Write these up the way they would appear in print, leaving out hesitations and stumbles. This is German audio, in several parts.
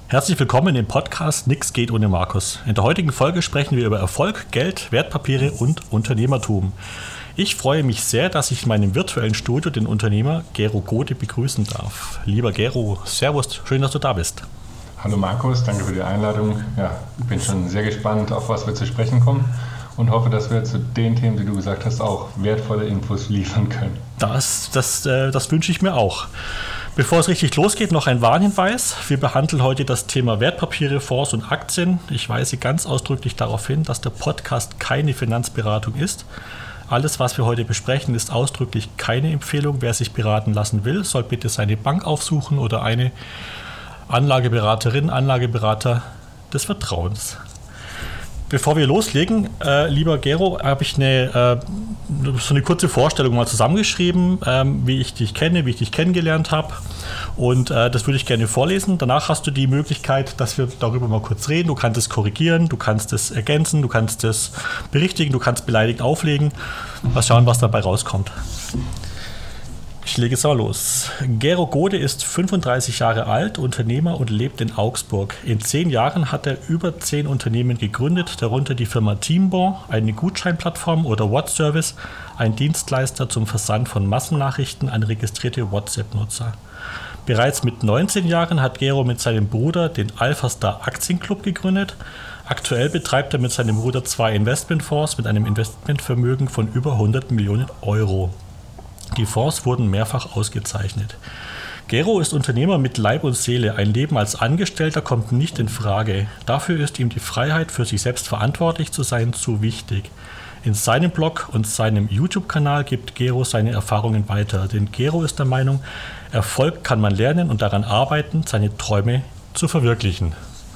Herzlich willkommen im Podcast Nix geht ohne Markus. In der heutigen Folge sprechen wir über Erfolg, Geld, Wertpapiere und Unternehmertum. Ich freue mich sehr, dass ich in meinem virtuellen Studio den Unternehmer Gero Gode begrüßen darf. Lieber Gero, Servus, schön, dass du da bist. Hallo Markus, danke für die Einladung. Ja, ich bin schon sehr gespannt, auf was wir zu sprechen kommen und hoffe, dass wir zu den Themen, die du gesagt hast, auch wertvolle Infos liefern können. Das wünsche ich mir auch. Bevor es richtig losgeht, noch ein Warnhinweis. Wir behandeln heute das Thema Wertpapiere, Fonds und Aktien. Ich weise ganz ausdrücklich darauf hin, dass der Podcast keine Finanzberatung ist. Alles, was wir heute besprechen, ist ausdrücklich keine Empfehlung. Wer sich beraten lassen will, soll bitte seine Bank aufsuchen oder eine Anlageberaterin, Anlageberater des Vertrauens. Bevor wir loslegen, lieber Gero, habe ich so eine kurze Vorstellung mal zusammengeschrieben, wie ich dich kenne, wie ich dich kennengelernt habe. Und das würde ich gerne vorlesen. Danach hast du die Möglichkeit, dass wir darüber mal kurz reden. Du kannst es korrigieren, du kannst es ergänzen, du kannst es berichtigen, du kannst beleidigt auflegen. Mal schauen, was dabei rauskommt. Ich lege es mal los. Gero Gode ist 35 Jahre alt, Unternehmer und lebt in Augsburg. In 10 Jahren hat er über 10 Unternehmen gegründet, darunter die Firma Teambon, eine Gutscheinplattform, oder WhatsService, ein Dienstleister zum Versand von Massennachrichten an registrierte WhatsApp-Nutzer. Bereits mit 19 Jahren hat Gero mit seinem Bruder den Alphastar Aktienclub gegründet. Aktuell betreibt er mit seinem Bruder 2 Investmentfonds mit einem Investmentvermögen von über 100 Millionen Euro. Die Fonds wurden mehrfach ausgezeichnet. Gero ist Unternehmer mit Leib und Seele. Ein Leben als Angestellter kommt nicht in Frage. Dafür ist ihm die Freiheit, für sich selbst verantwortlich zu sein, zu wichtig. In seinem Blog und seinem YouTube-Kanal gibt Gero seine Erfahrungen weiter. Denn Gero ist der Meinung, Erfolg kann man lernen und daran arbeiten, seine Träume zu verwirklichen.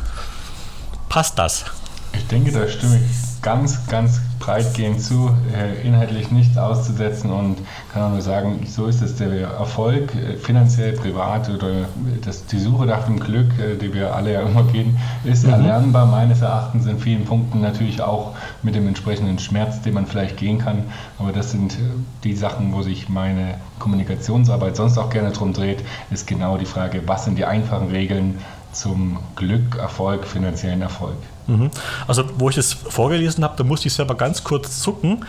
Passt das? Ich denke, da stimme ich ganz breitgehend zu, inhaltlich nichts auszusetzen, und kann auch nur sagen, so ist es. Der Erfolg, finanziell, privat, oder die Suche nach dem Glück, die wir alle ja immer gehen, ist erlernbar, meines Erachtens in vielen Punkten, natürlich auch mit dem entsprechenden Schmerz, den man vielleicht gehen kann. Aber das sind die Sachen, wo sich meine Kommunikationsarbeit sonst auch gerne drum dreht, ist genau die Frage, was sind die einfachen Regeln zum Glück, Erfolg, finanziellen Erfolg. Also wo ich das vorgelesen habe, da musste ich selber ganz kurz zucken.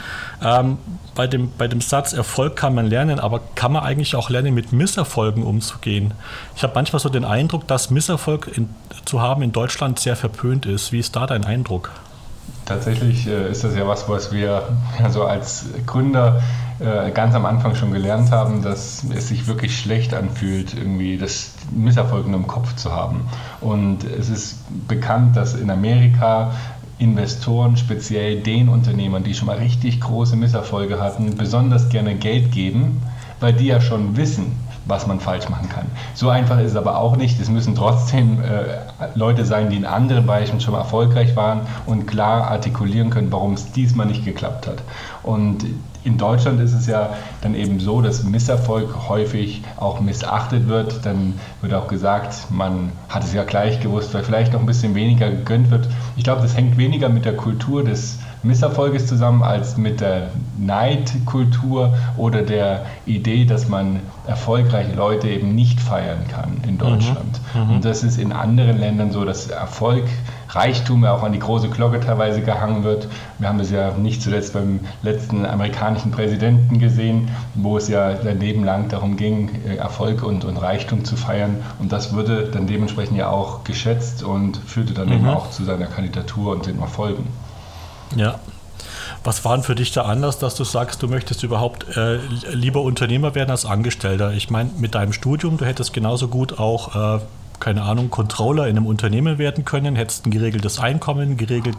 Bei dem Satz, Erfolg kann man lernen, aber kann man eigentlich auch lernen, mit Misserfolgen umzugehen? Ich habe manchmal so den Eindruck, dass Misserfolg zu haben in Deutschland sehr verpönt ist. Wie ist da dein Eindruck? Tatsächlich ist das ja was wir so als Gründer ganz am Anfang schon gelernt haben, dass es sich wirklich schlecht anfühlt, irgendwie das Misserfolg nur im Kopf zu haben. Und es ist bekannt, dass in Amerika Investoren, speziell den Unternehmern, die schon mal richtig große Misserfolge hatten, besonders gerne Geld geben, weil die ja schon wissen, was man falsch machen kann. So einfach ist es aber auch nicht. Es müssen trotzdem Leute sein, die in anderen Bereichen schon mal erfolgreich waren und klar artikulieren können, warum es diesmal nicht geklappt hat. Und in Deutschland ist es ja dann eben so, dass Misserfolg häufig auch missachtet wird. Dann wird auch gesagt, man hat es ja gleich gewusst, weil vielleicht noch ein bisschen weniger gegönnt wird. Ich glaube, das hängt weniger mit der Kultur des Misserfolges zusammen als mit der Neidkultur oder der Idee, dass man erfolgreiche Leute eben nicht feiern kann in Deutschland. Und das ist in anderen Ländern so, dass Erfolg, Reichtum ja auch an die große Glocke teilweise gehangen wird. Wir haben es ja nicht zuletzt beim letzten amerikanischen Präsidenten gesehen, wo es ja sein Leben lang darum ging, Erfolg und Reichtum zu feiern. Und das wurde dann dementsprechend ja auch geschätzt und führte dann eben auch zu seiner Kandidatur und den Erfolgen. Ja. Was war denn für dich da anders, dass du sagst, du möchtest überhaupt lieber Unternehmer werden als Angestellter? Ich meine, mit deinem Studium, du hättest genauso gut auch, keine Ahnung, Controller in einem Unternehmen werden können, hättest ein geregeltes Einkommen,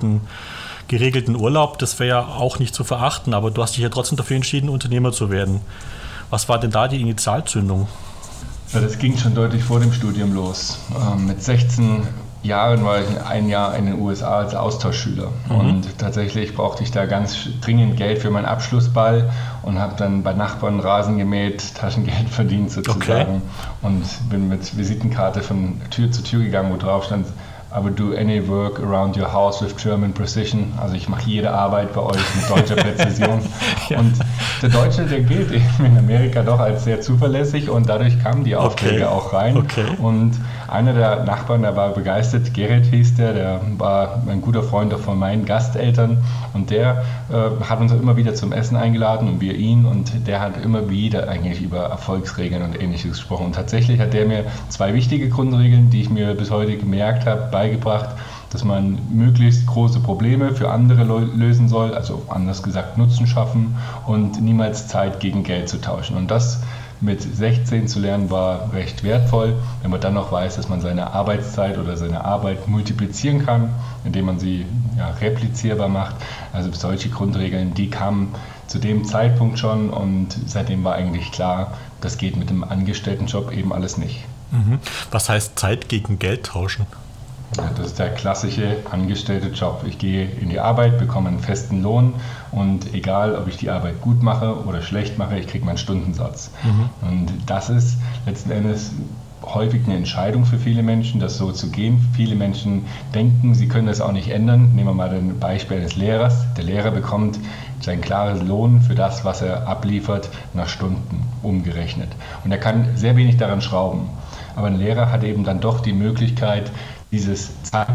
geregelten Urlaub, das wäre ja auch nicht zu verachten, aber du hast dich ja trotzdem dafür entschieden, Unternehmer zu werden. Was war denn da die Initialzündung? Ja, das ging schon deutlich vor dem Studium los. Mit 16 Jahren war ich ein Jahr in den USA als Austauschschüler und tatsächlich brauchte ich da ganz dringend Geld für meinen Abschlussball und habe dann bei Nachbarn Rasen gemäht, Taschengeld verdient sozusagen und bin mit Visitenkarte von Tür zu Tür gegangen, wo drauf stand, I would do any work around your house with German precision. Also ich mache jede Arbeit bei euch mit deutscher Präzision. Ja. Und der Deutsche, der gilt eben in Amerika doch als sehr zuverlässig und dadurch kamen die Aufträge auch rein. Und einer der Nachbarn, der war begeistert, Gerrit hieß der war ein guter Freund von meinen Gasteltern und der hat uns immer wieder zum Essen eingeladen und wir ihn und der hat immer wieder eigentlich über Erfolgsregeln und Ähnliches gesprochen. Und tatsächlich hat der mir 2 wichtige Grundregeln, die ich mir bis heute gemerkt habe, beigebracht, dass man möglichst große Probleme für andere lösen soll, also anders gesagt Nutzen schaffen und niemals Zeit gegen Geld zu tauschen. Und das mit 16 zu lernen war recht wertvoll, wenn man dann noch weiß, dass man seine Arbeitszeit oder seine Arbeit multiplizieren kann, indem man sie replizierbar macht. Also solche Grundregeln, die kamen zu dem Zeitpunkt schon und seitdem war eigentlich klar, das geht mit dem Angestelltenjob eben alles nicht. Was heißt Zeit gegen Geld tauschen? Ja, das ist der klassische angestellte Job. Ich gehe in die Arbeit, bekomme einen festen Lohn und egal, ob ich die Arbeit gut mache oder schlecht mache, ich kriege meinen Stundensatz. Und das ist letzten Endes häufig eine Entscheidung für viele Menschen, das so zu gehen. Viele Menschen denken, sie können das auch nicht ändern. Nehmen wir mal ein Beispiel eines Lehrers. Der Lehrer bekommt seinen klaren Lohn für das, was er abliefert, nach Stunden umgerechnet. Und er kann sehr wenig daran schrauben. Aber ein Lehrer hat eben dann doch die Möglichkeit, dieses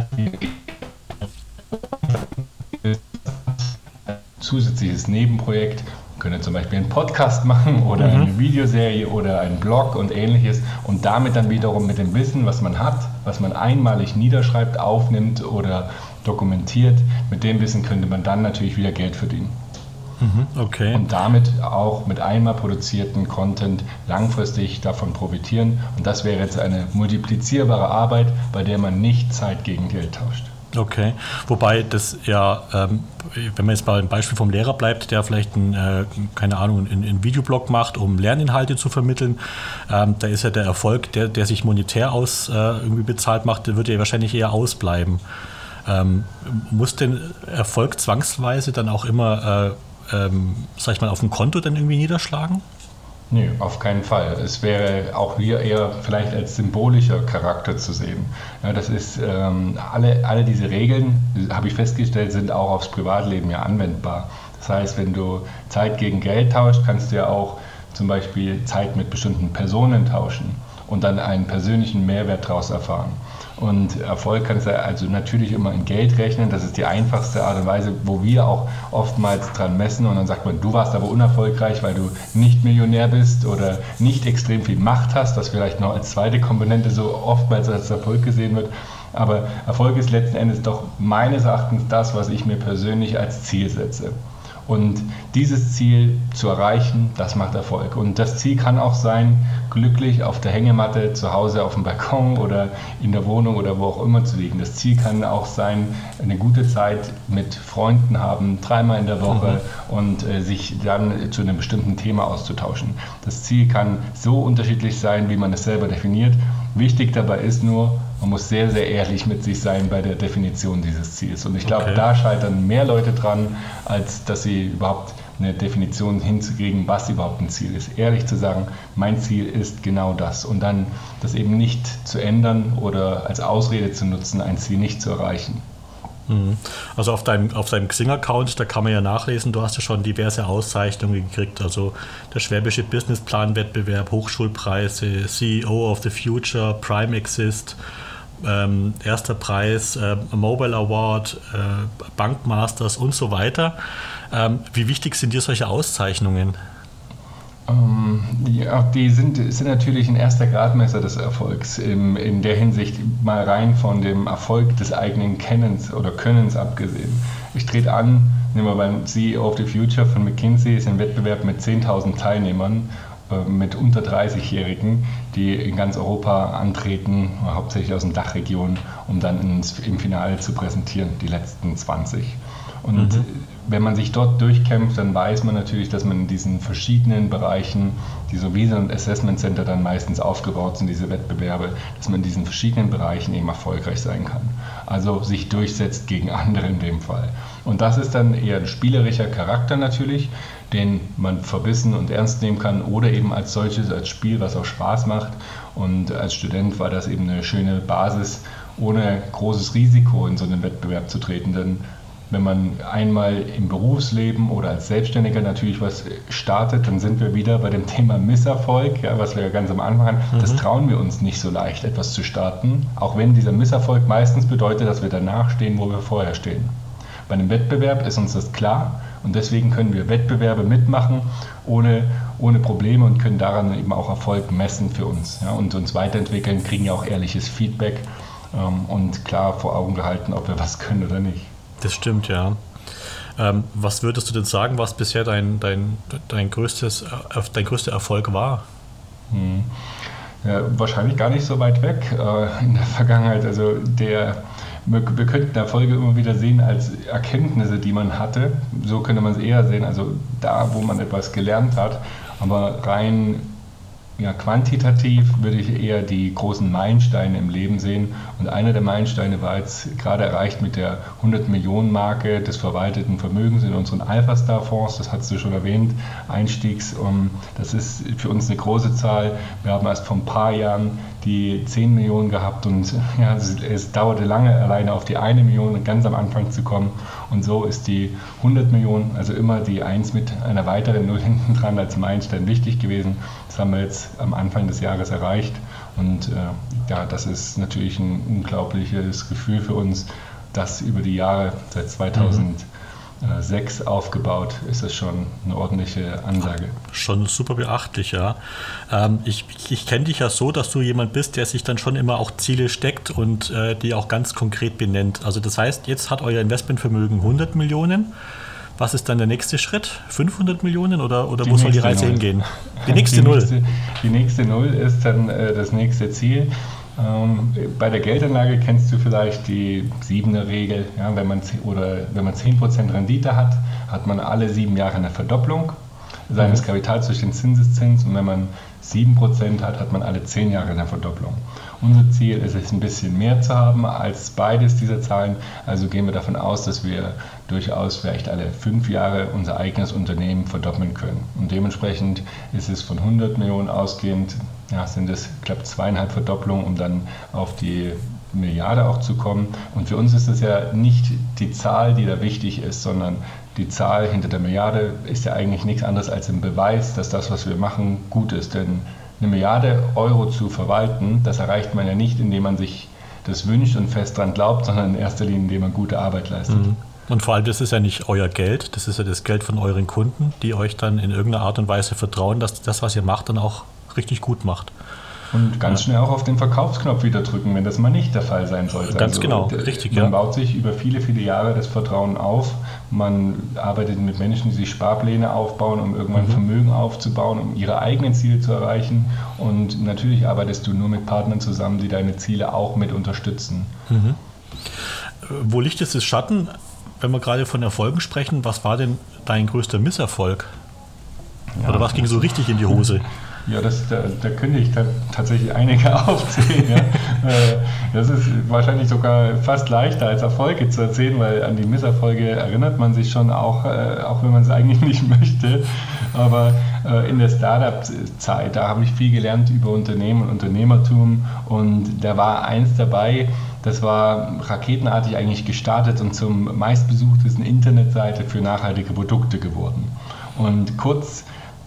zusätzliches Nebenprojekt, man könnte zum Beispiel einen Podcast machen oder eine Videoserie oder einen Blog und ähnliches und damit dann wiederum mit dem Wissen, was man hat, was man einmalig niederschreibt, aufnimmt oder dokumentiert, mit dem Wissen könnte man dann natürlich wieder Geld verdienen. Okay. Und damit auch mit einmal produzierten Content langfristig davon profitieren. Und das wäre jetzt eine multiplizierbare Arbeit, bei der man nicht Zeit gegen Geld tauscht. Okay, wobei das ja, wenn man jetzt bei einem Beispiel vom Lehrer bleibt, der vielleicht einen Videoblog macht, um Lerninhalte zu vermitteln, da ist ja der Erfolg, der sich monetär irgendwie bezahlt macht, der wird ja wahrscheinlich eher ausbleiben. Muss denn Erfolg zwangsweise dann auch immer sag ich mal, auf dem Konto dann irgendwie niederschlagen? Nee, auf keinen Fall. Es wäre auch hier eher vielleicht als symbolischer Charakter zu sehen. Ja, das ist, alle diese Regeln, habe ich festgestellt, sind auch aufs Privatleben ja anwendbar. Das heißt, wenn du Zeit gegen Geld tauscht, kannst du ja auch zum Beispiel Zeit mit bestimmten Personen tauschen und dann einen persönlichen Mehrwert daraus erfahren. Und Erfolg kannst du also natürlich immer in Geld rechnen. Das ist die einfachste Art und Weise, wo wir auch oftmals dran messen. Und dann sagt man, du warst aber unerfolgreich, weil du nicht Millionär bist oder nicht extrem viel Macht hast, was vielleicht noch als zweite Komponente so oftmals als Erfolg gesehen wird. Aber Erfolg ist letzten Endes doch meines Erachtens das, was ich mir persönlich als Ziel setze. Und dieses Ziel zu erreichen, das macht Erfolg. Und das Ziel kann auch sein, glücklich auf der Hängematte zu Hause auf dem Balkon oder in der Wohnung oder wo auch immer zu liegen. Das Ziel kann auch sein, eine gute Zeit mit Freunden haben, 3-mal in der Woche und sich dann zu einem bestimmten Thema auszutauschen. Das Ziel kann so unterschiedlich sein, wie man es selber definiert. Wichtig dabei ist nur, man muss sehr, sehr ehrlich mit sich sein bei der Definition dieses Ziels. Und ich glaube, da scheitern mehr Leute dran, als dass sie überhaupt eine Definition hinzukriegen, was überhaupt ein Ziel ist. Ehrlich zu sagen, mein Ziel ist genau das. Und dann das eben nicht zu ändern oder als Ausrede zu nutzen, ein Ziel nicht zu erreichen. Also auf deinem Xing-Account, da kann man ja nachlesen, du hast ja schon diverse Auszeichnungen gekriegt, also der Schwäbische Businessplan-Wettbewerb, Hochschulpreise, CEO of the Future, Prime Exist, erster Preis, Mobile Award, Bankmasters und so weiter. Wie wichtig sind dir solche Auszeichnungen? Ja, die sind natürlich ein erster Gradmesser des Erfolgs. In der Hinsicht mal rein von dem Erfolg des eigenen Kennens oder Könnens abgesehen. Ich trete an, nehmen wir beim CEO of the Future von McKinsey, ist ein Wettbewerb mit 10.000 Teilnehmern, mit unter 30-Jährigen, die in ganz Europa antreten, hauptsächlich aus den Dachregionen, um dann im Finale zu präsentieren, die letzten 20. Und wenn man sich dort durchkämpft, dann weiß man natürlich, dass man in diesen verschiedenen Bereichen, die so wie so ein Assessment Center dann meistens aufgebaut sind, diese Wettbewerbe, dass man in diesen verschiedenen Bereichen eben erfolgreich sein kann. Also sich durchsetzt gegen andere in dem Fall. Und das ist dann eher ein spielerischer Charakter natürlich, den man verbissen und ernst nehmen kann oder eben als solches, als Spiel, was auch Spaß macht. Und als Student war das eben eine schöne Basis, ohne großes Risiko in so einen Wettbewerb zu treten, denn wenn man einmal im Berufsleben oder als Selbstständiger natürlich was startet, dann sind wir wieder bei dem Thema Misserfolg, ja, was wir ja ganz am Anfang hatten. Das trauen wir uns nicht so leicht, etwas zu starten, auch wenn dieser Misserfolg meistens bedeutet, dass wir danach stehen, wo wir vorher stehen. Bei einem Wettbewerb ist uns das klar und deswegen können wir Wettbewerbe mitmachen ohne Probleme und können daran eben auch Erfolg messen für uns, ja, und uns weiterentwickeln, kriegen ja auch ehrliches Feedback und klar vor Augen gehalten, ob wir was können oder nicht. Das stimmt, ja. Was würdest du denn sagen, was bisher dein größter Erfolg war? Ja, wahrscheinlich gar nicht so weit weg in der Vergangenheit. Also wir könnten Erfolge immer wieder sehen als Erkenntnisse, die man hatte. So könnte man es eher sehen, also da, wo man etwas gelernt hat. Aber rein quantitativ würde ich eher die großen Meilensteine im Leben sehen. Und einer der Meilensteine war jetzt gerade erreicht mit der 100-Millionen-Marke des verwalteten Vermögens in unseren Alpha-Star-Fonds. Das hast du schon erwähnt, Einstiegs. Das ist für uns eine große Zahl. Wir haben erst vor ein paar Jahren die 10 Millionen gehabt und ja, es dauerte lange, alleine auf die 1 Million ganz am Anfang zu kommen. Und so ist die 100 Millionen, also immer die 1 mit einer weiteren Null hinten dran als Meilenstein wichtig gewesen. Das haben wir jetzt am Anfang des Jahres erreicht und das ist natürlich ein unglaubliches Gefühl für uns, das über die Jahre seit 2006 aufgebaut, ist das schon eine ordentliche Ansage. Schon super beachtlich, ja. Ich kenne dich ja so, dass du jemand bist, der sich dann schon immer auch Ziele steckt und die auch ganz konkret benennt. Also das heißt, jetzt hat euer Investmentvermögen 100 Millionen. Was ist dann der nächste Schritt? 500 Millionen oder wo soll die Reise hingehen? Die nächste Null. Die nächste Null ist dann das nächste Ziel. Bei der Geldanlage kennst du vielleicht die 7er-Regel. Ja, wenn man 10% Rendite hat, hat man alle 7 Jahre eine Verdopplung seines Kapitals durch den Zinseszins. Und wenn man 7% hat, hat man alle 10 Jahre eine Verdopplung. Unser Ziel ist es, ein bisschen mehr zu haben als beides dieser Zahlen. Also gehen wir davon aus, dass wir durchaus vielleicht alle 5 Jahre unser eigenes Unternehmen verdoppeln können. Und dementsprechend ist es von 100 Millionen ausgehend, sind es, ich glaube, 2,5 Verdopplungen, um dann auf die Milliarde auch zu kommen. Und für uns ist es ja nicht die Zahl, die da wichtig ist, sondern die Zahl hinter der Milliarde ist ja eigentlich nichts anderes als ein Beweis, dass das, was wir machen, gut ist. Denn eine Milliarde Euro zu verwalten, das erreicht man ja nicht, indem man sich das wünscht und fest dran glaubt, sondern in erster Linie, indem man gute Arbeit leistet. Und vor allem, das ist ja nicht euer Geld, das ist ja das Geld von euren Kunden, die euch dann in irgendeiner Art und Weise vertrauen, dass das, was ihr macht, dann auch richtig gut macht. Und ganz schnell auch auf den Verkaufsknopf wieder drücken, wenn das mal nicht der Fall sein sollte. Ganz genau, richtig. Man baut sich über viele, viele Jahre das Vertrauen auf. Man arbeitet mit Menschen, die sich Sparpläne aufbauen, um irgendwann Vermögen aufzubauen, um ihre eigenen Ziele zu erreichen. Und natürlich arbeitest du nur mit Partnern zusammen, die deine Ziele auch mit unterstützen. Wo Licht ist, ist Schatten. Wenn wir gerade von Erfolgen sprechen, was war denn dein größter Misserfolg? Oder was ging so richtig in die Hose? Ja, da könnte ich tatsächlich einige aufzählen. Ja. Das ist wahrscheinlich sogar fast leichter als Erfolge zu erzählen, weil an die Misserfolge erinnert man sich schon auch wenn man es eigentlich nicht möchte. Aber in der Startup-Zeit, da habe ich viel gelernt über Unternehmen und Unternehmertum und da war eins dabei, das war raketenartig eigentlich gestartet und zum meistbesuchtesten Internetseite für nachhaltige Produkte geworden. Und kurz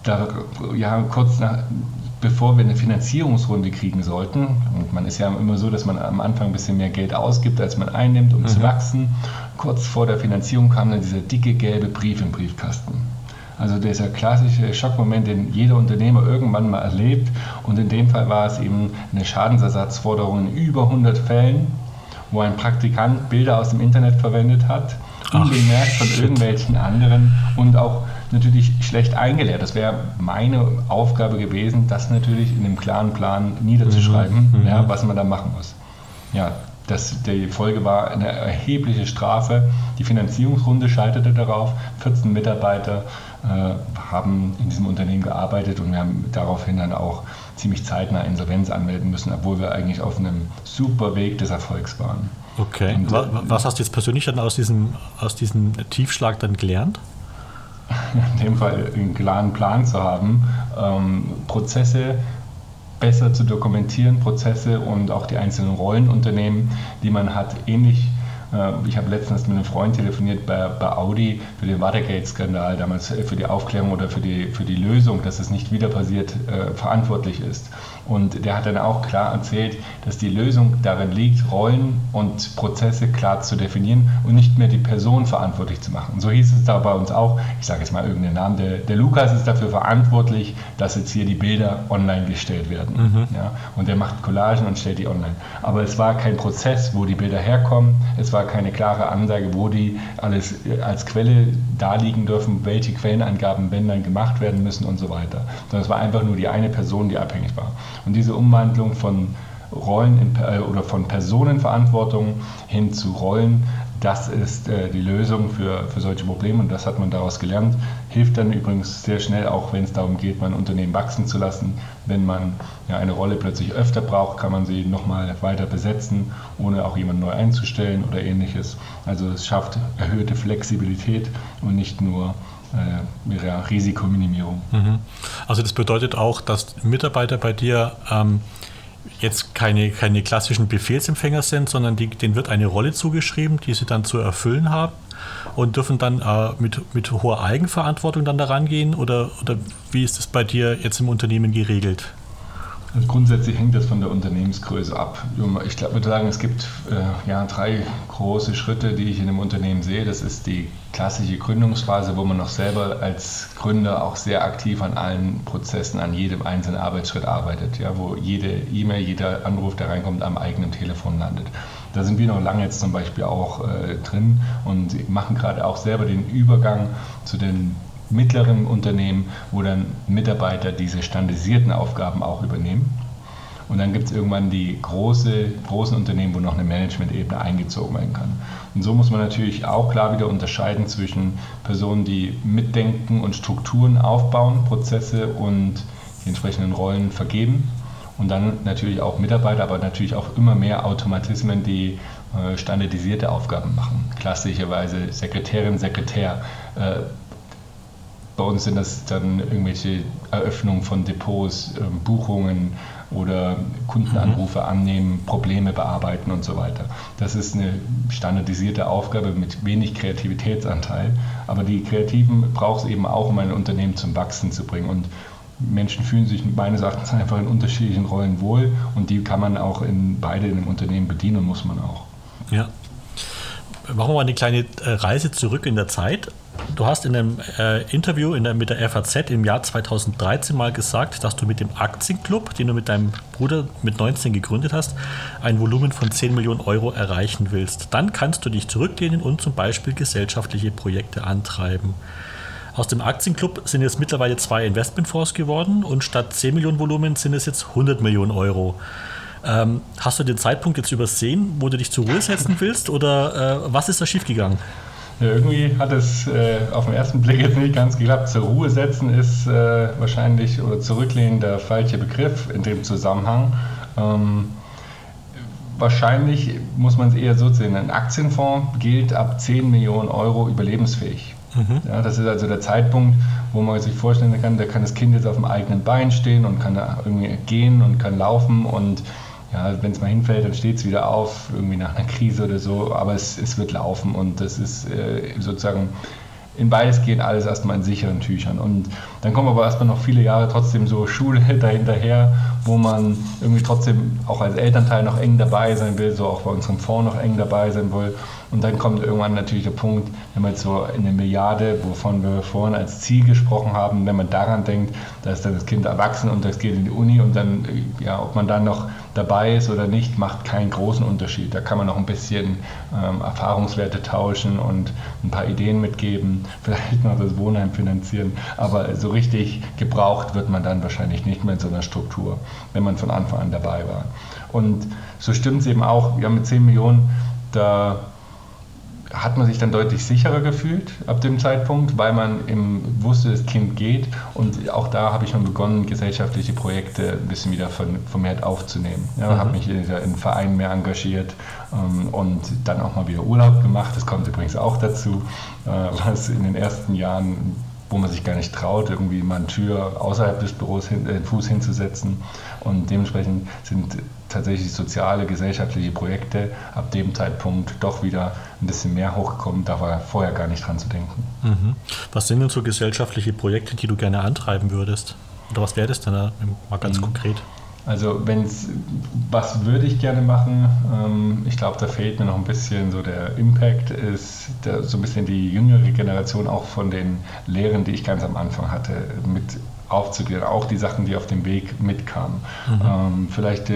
bevor wir eine Finanzierungsrunde kriegen sollten, und man ist ja immer so, dass man am Anfang ein bisschen mehr Geld ausgibt, als man einnimmt, um zu wachsen, kurz vor der Finanzierung kam dann dieser dicke gelbe Brief im Briefkasten. Also dieser klassische Schockmoment, den jeder Unternehmer irgendwann mal erlebt, und in dem Fall war es eben eine Schadensersatzforderung in über 100 Fällen, wo ein Praktikant Bilder aus dem Internet verwendet hat, unbemerkt von irgendwelchen anderen und auch natürlich schlecht eingelehrt. Das wäre meine Aufgabe gewesen, das natürlich in einem klaren Plan niederzuschreiben, was man da machen muss. Ja, die Folge war eine erhebliche Strafe. Die Finanzierungsrunde scheiterte darauf. 14 Mitarbeiter haben in diesem Unternehmen gearbeitet und wir haben daraufhin dann auch ziemlich zeitnah Insolvenz anmelden müssen, obwohl wir eigentlich auf einem super Weg des Erfolgs waren. Okay. Und was hast du jetzt persönlich dann aus diesem Tiefschlag dann gelernt? In dem Fall einen klaren Plan zu haben, Prozesse besser zu dokumentieren, Prozesse und auch die einzelnen Rollenunternehmen, die man hat, ähnlich Ich habe letztens mit einem Freund telefoniert bei Audi für den Watergate-Skandal, damals für die Aufklärung oder für die Lösung, dass es nicht wieder passiert, verantwortlich ist. Und der hat dann auch klar erzählt, dass die Lösung darin liegt, Rollen und Prozesse klar zu definieren und nicht mehr die Person verantwortlich zu machen. So hieß es da bei uns auch, ich sage jetzt mal irgendeinen Namen, der Lukas ist dafür verantwortlich, dass jetzt hier die Bilder online gestellt werden. Ja? Und der macht Collagen und stellt die online. Aber es war kein Prozess, wo die Bilder herkommen, es war keine klare Ansage, wo die alles als Quelle darliegen dürfen, welche Quellenangaben wenn dann gemacht werden müssen und so weiter. Sondern es war einfach nur die eine Person, die abhängig war. Und diese Umwandlung von Rollen oder von Personenverantwortung hin zu Rollen, das ist die Lösung für solche Probleme und das hat man daraus gelernt. Hilft dann übrigens sehr schnell, auch wenn es darum geht, mein Unternehmen wachsen zu lassen. Wenn man eine Rolle plötzlich öfter braucht, kann man sie nochmal weiter besetzen, ohne auch jemanden neu einzustellen oder ähnliches. Also es schafft erhöhte Flexibilität und nicht nur Risikominimierung. Also das bedeutet auch, dass Mitarbeiter bei dir jetzt keine klassischen Befehlsempfänger sind, sondern denen wird eine Rolle zugeschrieben, die sie dann zu erfüllen haben und dürfen dann mit hoher Eigenverantwortung dann daran gehen oder wie ist das bei dir jetzt im Unternehmen geregelt? Also grundsätzlich hängt das von der Unternehmensgröße ab. Ich würde sagen, es gibt 3 große Schritte, die ich in einem Unternehmen sehe. Das ist die klassische Gründungsphase, wo man noch selber als Gründer auch sehr aktiv an allen Prozessen, an jedem einzelnen Arbeitsschritt arbeitet, ja, wo jede E-Mail, jeder Anruf, der reinkommt, am eigenen Telefon landet. Da sind wir noch lange jetzt zum Beispiel auch drin und machen gerade auch selber den Übergang zu den mittleren Unternehmen, wo dann Mitarbeiter diese standardisierten Aufgaben auch übernehmen. Und dann gibt es irgendwann die großen Unternehmen, wo noch eine Management-Ebene eingezogen werden kann. Und so muss man natürlich auch klar wieder unterscheiden zwischen Personen, die mitdenken und Strukturen aufbauen, Prozesse und die entsprechenden Rollen vergeben. Und dann natürlich auch Mitarbeiter, aber natürlich auch immer mehr Automatismen, die standardisierte Aufgaben machen. Klassischerweise Sekretärin, Sekretär. Bei uns sind das dann irgendwelche Eröffnungen von Depots, Buchungen oder Kundenanrufe annehmen, Probleme bearbeiten und so weiter. Das ist eine standardisierte Aufgabe mit wenig Kreativitätsanteil, aber die Kreativen braucht es eben auch, um ein Unternehmen zum Wachsen zu bringen. Und Menschen fühlen sich meines Erachtens einfach in unterschiedlichen Rollen wohl und die kann man auch beide in einem Unternehmen bedienen und muss man auch. Ja. Machen wir mal eine kleine Reise zurück in der Zeit. Du hast in einem Interview mit der FAZ im Jahr 2013 mal gesagt, dass du mit dem Aktienclub, den du mit deinem Bruder mit 19 gegründet hast, ein Volumen von 10 Millionen Euro erreichen willst. Dann kannst du dich zurücklehnen und zum Beispiel gesellschaftliche Projekte antreiben. Aus dem Aktienclub sind jetzt mittlerweile 2 Investmentfonds geworden und statt 10 Millionen Volumen sind es jetzt 100 Millionen Euro. Hast du den Zeitpunkt jetzt übersehen, wo du dich zur Ruhe setzen willst oder was ist da schiefgegangen? Ja, irgendwie hat es auf den ersten Blick jetzt nicht ganz geklappt. Zur Ruhe setzen ist wahrscheinlich oder zurücklehnen der falsche Begriff in dem Zusammenhang. Wahrscheinlich muss man es eher so sehen. Ein Aktienfonds gilt ab 10 Millionen Euro überlebensfähig. Ja, das ist also der Zeitpunkt, wo man sich vorstellen kann, da kann das Kind jetzt auf dem eigenen Bein stehen und kann da irgendwie gehen und kann laufen und ja, wenn es mal hinfällt, dann steht es wieder auf, irgendwie nach einer Krise oder so, aber es wird laufen und das ist sozusagen in beides gehen alles erstmal in sicheren Tüchern. Und dann kommen aber erstmal noch viele Jahre trotzdem so Schule dahinterher, wo man irgendwie trotzdem auch als Elternteil noch eng dabei sein will, so auch bei unserem Fonds noch eng dabei sein will. Und dann kommt irgendwann natürlich der Punkt, wenn man jetzt so in eine Milliarde, wovon wir vorhin als Ziel gesprochen haben, wenn man daran denkt, da ist dann das Kind erwachsen und das geht in die Uni und dann, ja, ob man dann noch dabei ist oder nicht, macht keinen großen Unterschied. Da kann man noch ein bisschen Erfahrungswerte tauschen und ein paar Ideen mitgeben, vielleicht noch das Wohnheim finanzieren, aber so richtig gebraucht wird man dann wahrscheinlich nicht mehr in so einer Struktur, wenn man von Anfang an dabei war. Und so stimmt es eben auch, wir haben mit 10 Millionen, da hat man sich dann deutlich sicherer gefühlt ab dem Zeitpunkt, weil man wusste, das Kind geht. Und auch da habe ich schon begonnen, gesellschaftliche Projekte ein bisschen wieder vermehrt aufzunehmen. Ja, habe mich in Vereinen mehr engagiert und dann auch mal wieder Urlaub gemacht. Das kommt übrigens auch dazu, was in den ersten Jahren, wo man sich gar nicht traut, irgendwie mal eine Tür außerhalb des Büros den Fuß hinzusetzen. Und dementsprechend sind tatsächlich soziale, gesellschaftliche Projekte ab dem Zeitpunkt doch wieder ein bisschen mehr hochgekommen. Da war vorher gar nicht dran zu denken. Mhm. Was sind denn so gesellschaftliche Projekte, die du gerne antreiben würdest? Oder was wäre das denn da mal ganz konkret? Also was würde ich gerne machen? Ich glaube, da fehlt mir noch ein bisschen so der Impact, ist so ein bisschen die jüngere Generation auch von den Lehren, die ich ganz am Anfang hatte, mit aufzuklären. Auch die Sachen, die auf dem Weg mitkamen. Vielleicht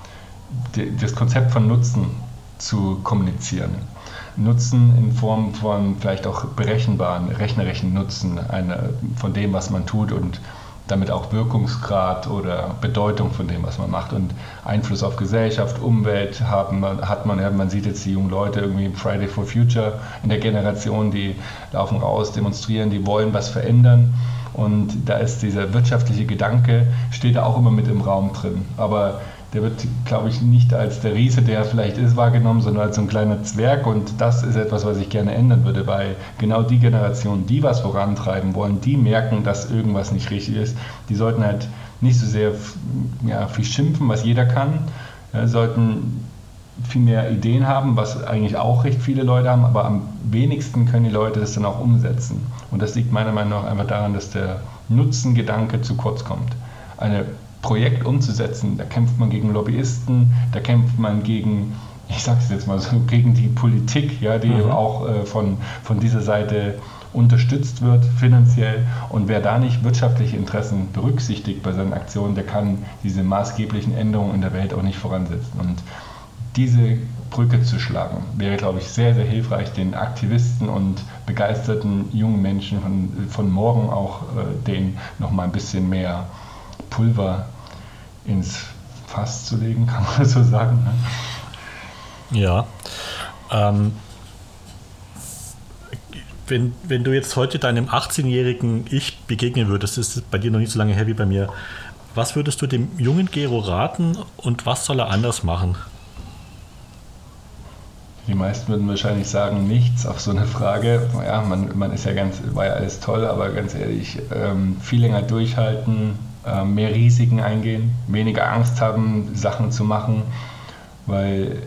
das Konzept von Nutzen zu kommunizieren. Nutzen in Form von vielleicht auch berechenbaren, rechnerischen Nutzen von dem, was man tut und damit auch Wirkungsgrad oder Bedeutung von dem, was man macht und Einfluss auf Gesellschaft, Umwelt man sieht jetzt die jungen Leute irgendwie im Friday for Future in der Generation, die laufen raus, demonstrieren, die wollen was verändern und da ist dieser wirtschaftliche Gedanke, steht da auch immer mit im Raum drin, aber der wird, glaube ich, nicht als der Riese, der er vielleicht ist, wahrgenommen, sondern als so ein kleiner Zwerg und das ist etwas, was ich gerne ändern würde, weil genau die Generationen, die was vorantreiben wollen, die merken, dass irgendwas nicht richtig ist, die sollten halt nicht so sehr viel schimpfen, was jeder kann, sollten viel mehr Ideen haben, was eigentlich auch recht viele Leute haben, aber am wenigsten können die Leute das dann auch umsetzen und das liegt meiner Meinung nach einfach daran, dass der Nutzengedanke zu kurz kommt. Ein Projekt umzusetzen, da kämpft man gegen Lobbyisten, da kämpft man gegen, ich sage es jetzt mal so, gegen die Politik, ja, die auch von dieser Seite unterstützt wird finanziell und wer da nicht wirtschaftliche Interessen berücksichtigt bei seinen Aktionen, der kann diese maßgeblichen Änderungen in der Welt auch nicht voransetzen und diese Brücke zu schlagen, wäre, glaube ich, sehr, sehr hilfreich, den Aktivisten und begeisterten jungen Menschen von morgen auch denen nochmal ein bisschen mehr Pulver ins Fass zu legen, kann man so sagen. Ne? Ja. Wenn du jetzt heute deinem 18-jährigen Ich begegnen würdest, das ist bei dir noch nicht so lange her wie bei mir, was würdest du dem jungen Gero raten und was soll er anders machen? Die meisten würden wahrscheinlich sagen, nichts auf so eine Frage. Ja, man ist ja war ja alles toll, aber ganz ehrlich, viel länger durchhalten, mehr Risiken eingehen, weniger Angst haben, Sachen zu machen, weil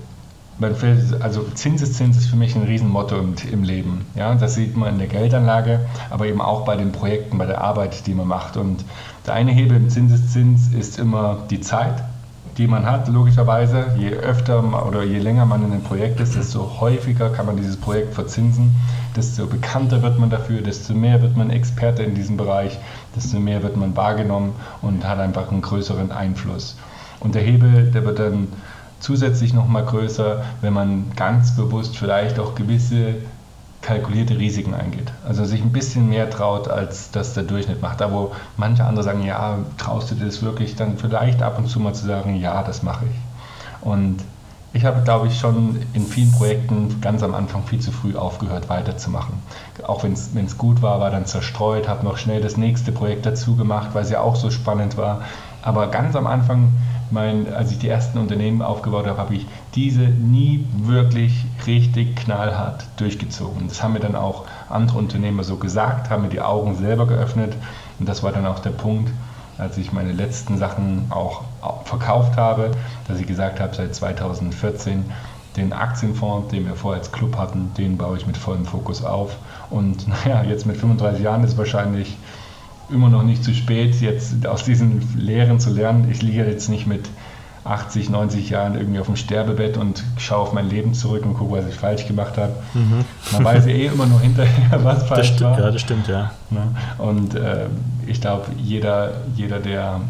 Zinseszins ist für mich ein Riesenmotto im Leben. Ja, das sieht man in der Geldanlage, aber eben auch bei den Projekten, bei der Arbeit, die man macht. Und der eine Hebel im Zinseszins ist immer die Zeit, die man hat, logischerweise. Je öfter oder je länger man in einem Projekt ist, desto häufiger kann man dieses Projekt verzinsen, desto bekannter wird man dafür, desto mehr wird man Experte in diesem Bereich, desto mehr wird man wahrgenommen und hat einfach einen größeren Einfluss. Und der Hebel, der wird dann zusätzlich nochmal größer, wenn man ganz bewusst vielleicht auch gewisse kalkulierte Risiken eingeht. Also sich ein bisschen mehr traut, als das der Durchschnitt macht. Da wo manche andere sagen, ja, traust du dir das wirklich, dann vielleicht ab und zu mal zu sagen, ja, das mache ich. Und ich habe, glaube ich, schon in vielen Projekten ganz am Anfang viel zu früh aufgehört, weiterzumachen. Auch wenn es gut war dann zerstreut, habe noch schnell das nächste Projekt dazu gemacht, weil es ja auch so spannend war. Aber ganz am Anfang, als ich die ersten Unternehmen aufgebaut habe, habe ich diese nie wirklich richtig knallhart durchgezogen. Das haben mir dann auch andere Unternehmer so gesagt, haben mir die Augen selber geöffnet. Und das war dann auch der Punkt, als ich meine letzten Sachen auch verkauft habe, dass ich gesagt habe, seit 2014 den Aktienfonds, den wir vorher als Club hatten, den baue ich mit vollem Fokus auf. Und jetzt mit 35 Jahren ist wahrscheinlich immer noch nicht zu spät, jetzt aus diesen Lehren zu lernen. Ich liege jetzt nicht mit 80, 90 Jahren irgendwie auf dem Sterbebett und schaue auf mein Leben zurück und gucke, was ich falsch gemacht habe. Man weiß ja immer nur hinterher, was falsch war. Ja, das stimmt, ja. Und ich glaube, jeder, der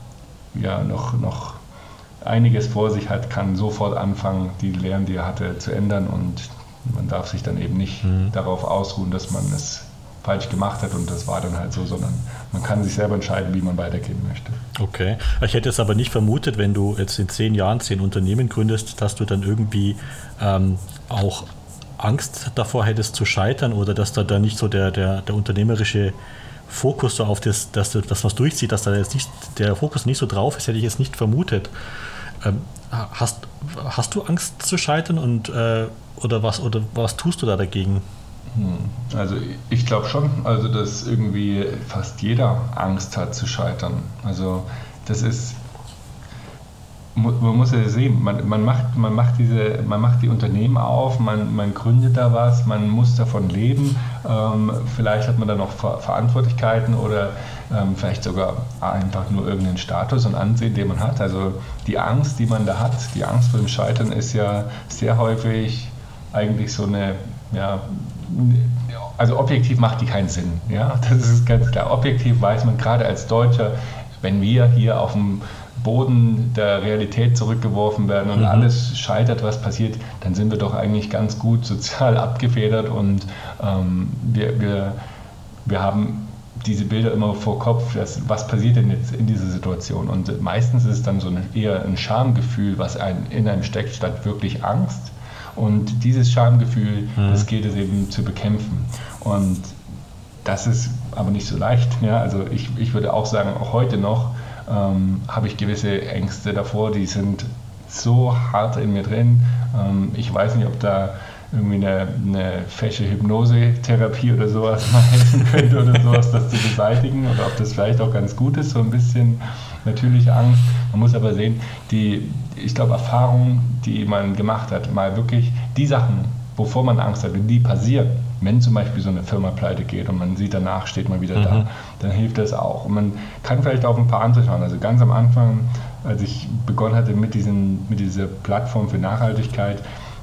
ja noch einiges vor sich hat, kann sofort anfangen, die Lehren, die er hatte, zu ändern und man darf sich dann eben nicht darauf ausruhen, dass man es falsch gemacht hat und das war dann halt so, sondern man kann sich selber entscheiden, wie man weitergehen möchte. Okay. Ich hätte es aber nicht vermutet, wenn du jetzt in 10 Jahren 10 Unternehmen gründest, dass du dann irgendwie auch Angst davor hättest zu scheitern oder dass da nicht so der unternehmerische Fokus so auf das was durchzieht, dass da jetzt nicht, der Fokus nicht so drauf ist, hätte ich jetzt nicht vermutet. Hast du Angst zu scheitern und oder was tust du da dagegen? Also ich glaube schon, dass irgendwie fast jeder Angst hat zu scheitern. Also das ist, man muss ja sehen, man macht die Unternehmen auf, man gründet da was, man muss davon leben. Vielleicht hat man da noch Verantwortlichkeiten oder vielleicht sogar einfach nur irgendeinen Status und Ansehen, den man hat. Also die Angst, die man da hat, die Angst vor dem Scheitern ist ja sehr häufig eigentlich so eine, ja, also objektiv macht die keinen Sinn. Ja? Das ist ganz klar. Objektiv weiß man gerade als Deutscher, wenn wir hier auf dem Boden der Realität zurückgeworfen werden und alles scheitert, was passiert, dann sind wir doch eigentlich ganz gut sozial abgefedert und wir haben diese Bilder immer vor Kopf, was passiert denn jetzt in dieser Situation? Und meistens ist es dann so eher ein Schamgefühl, was in einem steckt, statt wirklich Angst. Und dieses Schamgefühl, das gilt es eben zu bekämpfen. Und das ist aber nicht so leicht. Ja? Also ich würde auch sagen, auch heute noch habe ich gewisse Ängste davor, die sind so hart in mir drin. Ich weiß nicht, ob da irgendwie eine fesche Hypnosetherapie oder sowas mal helfen könnte oder sowas, das zu beseitigen oder ob das vielleicht auch ganz gut ist, so ein bisschen natürliche Angst. Man muss aber sehen, ich glaube, Erfahrungen, die man gemacht hat, mal wirklich die Sachen, wovor man Angst hat, wenn die passieren, wenn zum Beispiel so eine Firma pleite geht und man sieht, danach steht man wieder da, dann hilft das auch. Und man kann vielleicht auf ein paar andere schauen. Also ganz am Anfang, als ich begonnen hatte mit dieser Plattform für Nachhaltigkeit,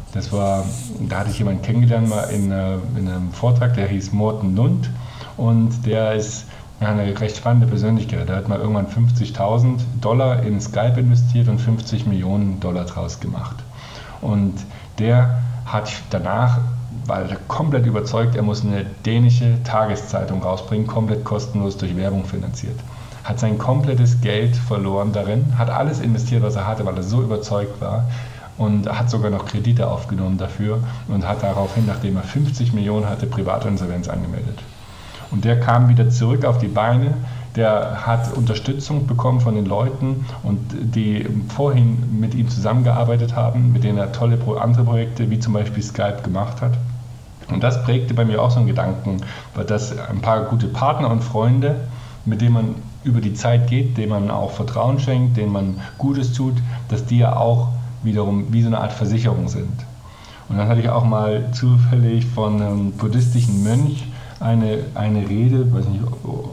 da hatte ich jemanden kennengelernt mal in einem Vortrag, der hieß Morten Lund und der ist eine recht spannende Persönlichkeit. Der hat mal irgendwann $50.000 in Skype investiert und 50 Millionen Dollar draus gemacht. Und der hat danach, weil er komplett überzeugt, er muss eine dänische Tageszeitung rausbringen, komplett kostenlos durch Werbung finanziert. Hat sein komplettes Geld verloren darin, hat alles investiert, was er hatte, weil er so überzeugt war und hat sogar noch Kredite aufgenommen dafür und hat daraufhin, nachdem er 50 Millionen hatte, Privatinsolvenz angemeldet. Und der kam wieder zurück auf die Beine, der hat Unterstützung bekommen von den Leuten und die vorhin mit ihm zusammengearbeitet haben, mit denen er tolle andere Projekte wie zum Beispiel Skype gemacht hat. Und das prägte bei mir auch so einen Gedanken, weil das ein paar gute Partner und Freunde, mit denen man über die Zeit geht, denen man auch Vertrauen schenkt, denen man Gutes tut, dass die ja auch wiederum wie so eine Art Versicherung sind. Und dann hatte ich auch mal zufällig von einem buddhistischen Mönch eine Rede, weiß nicht,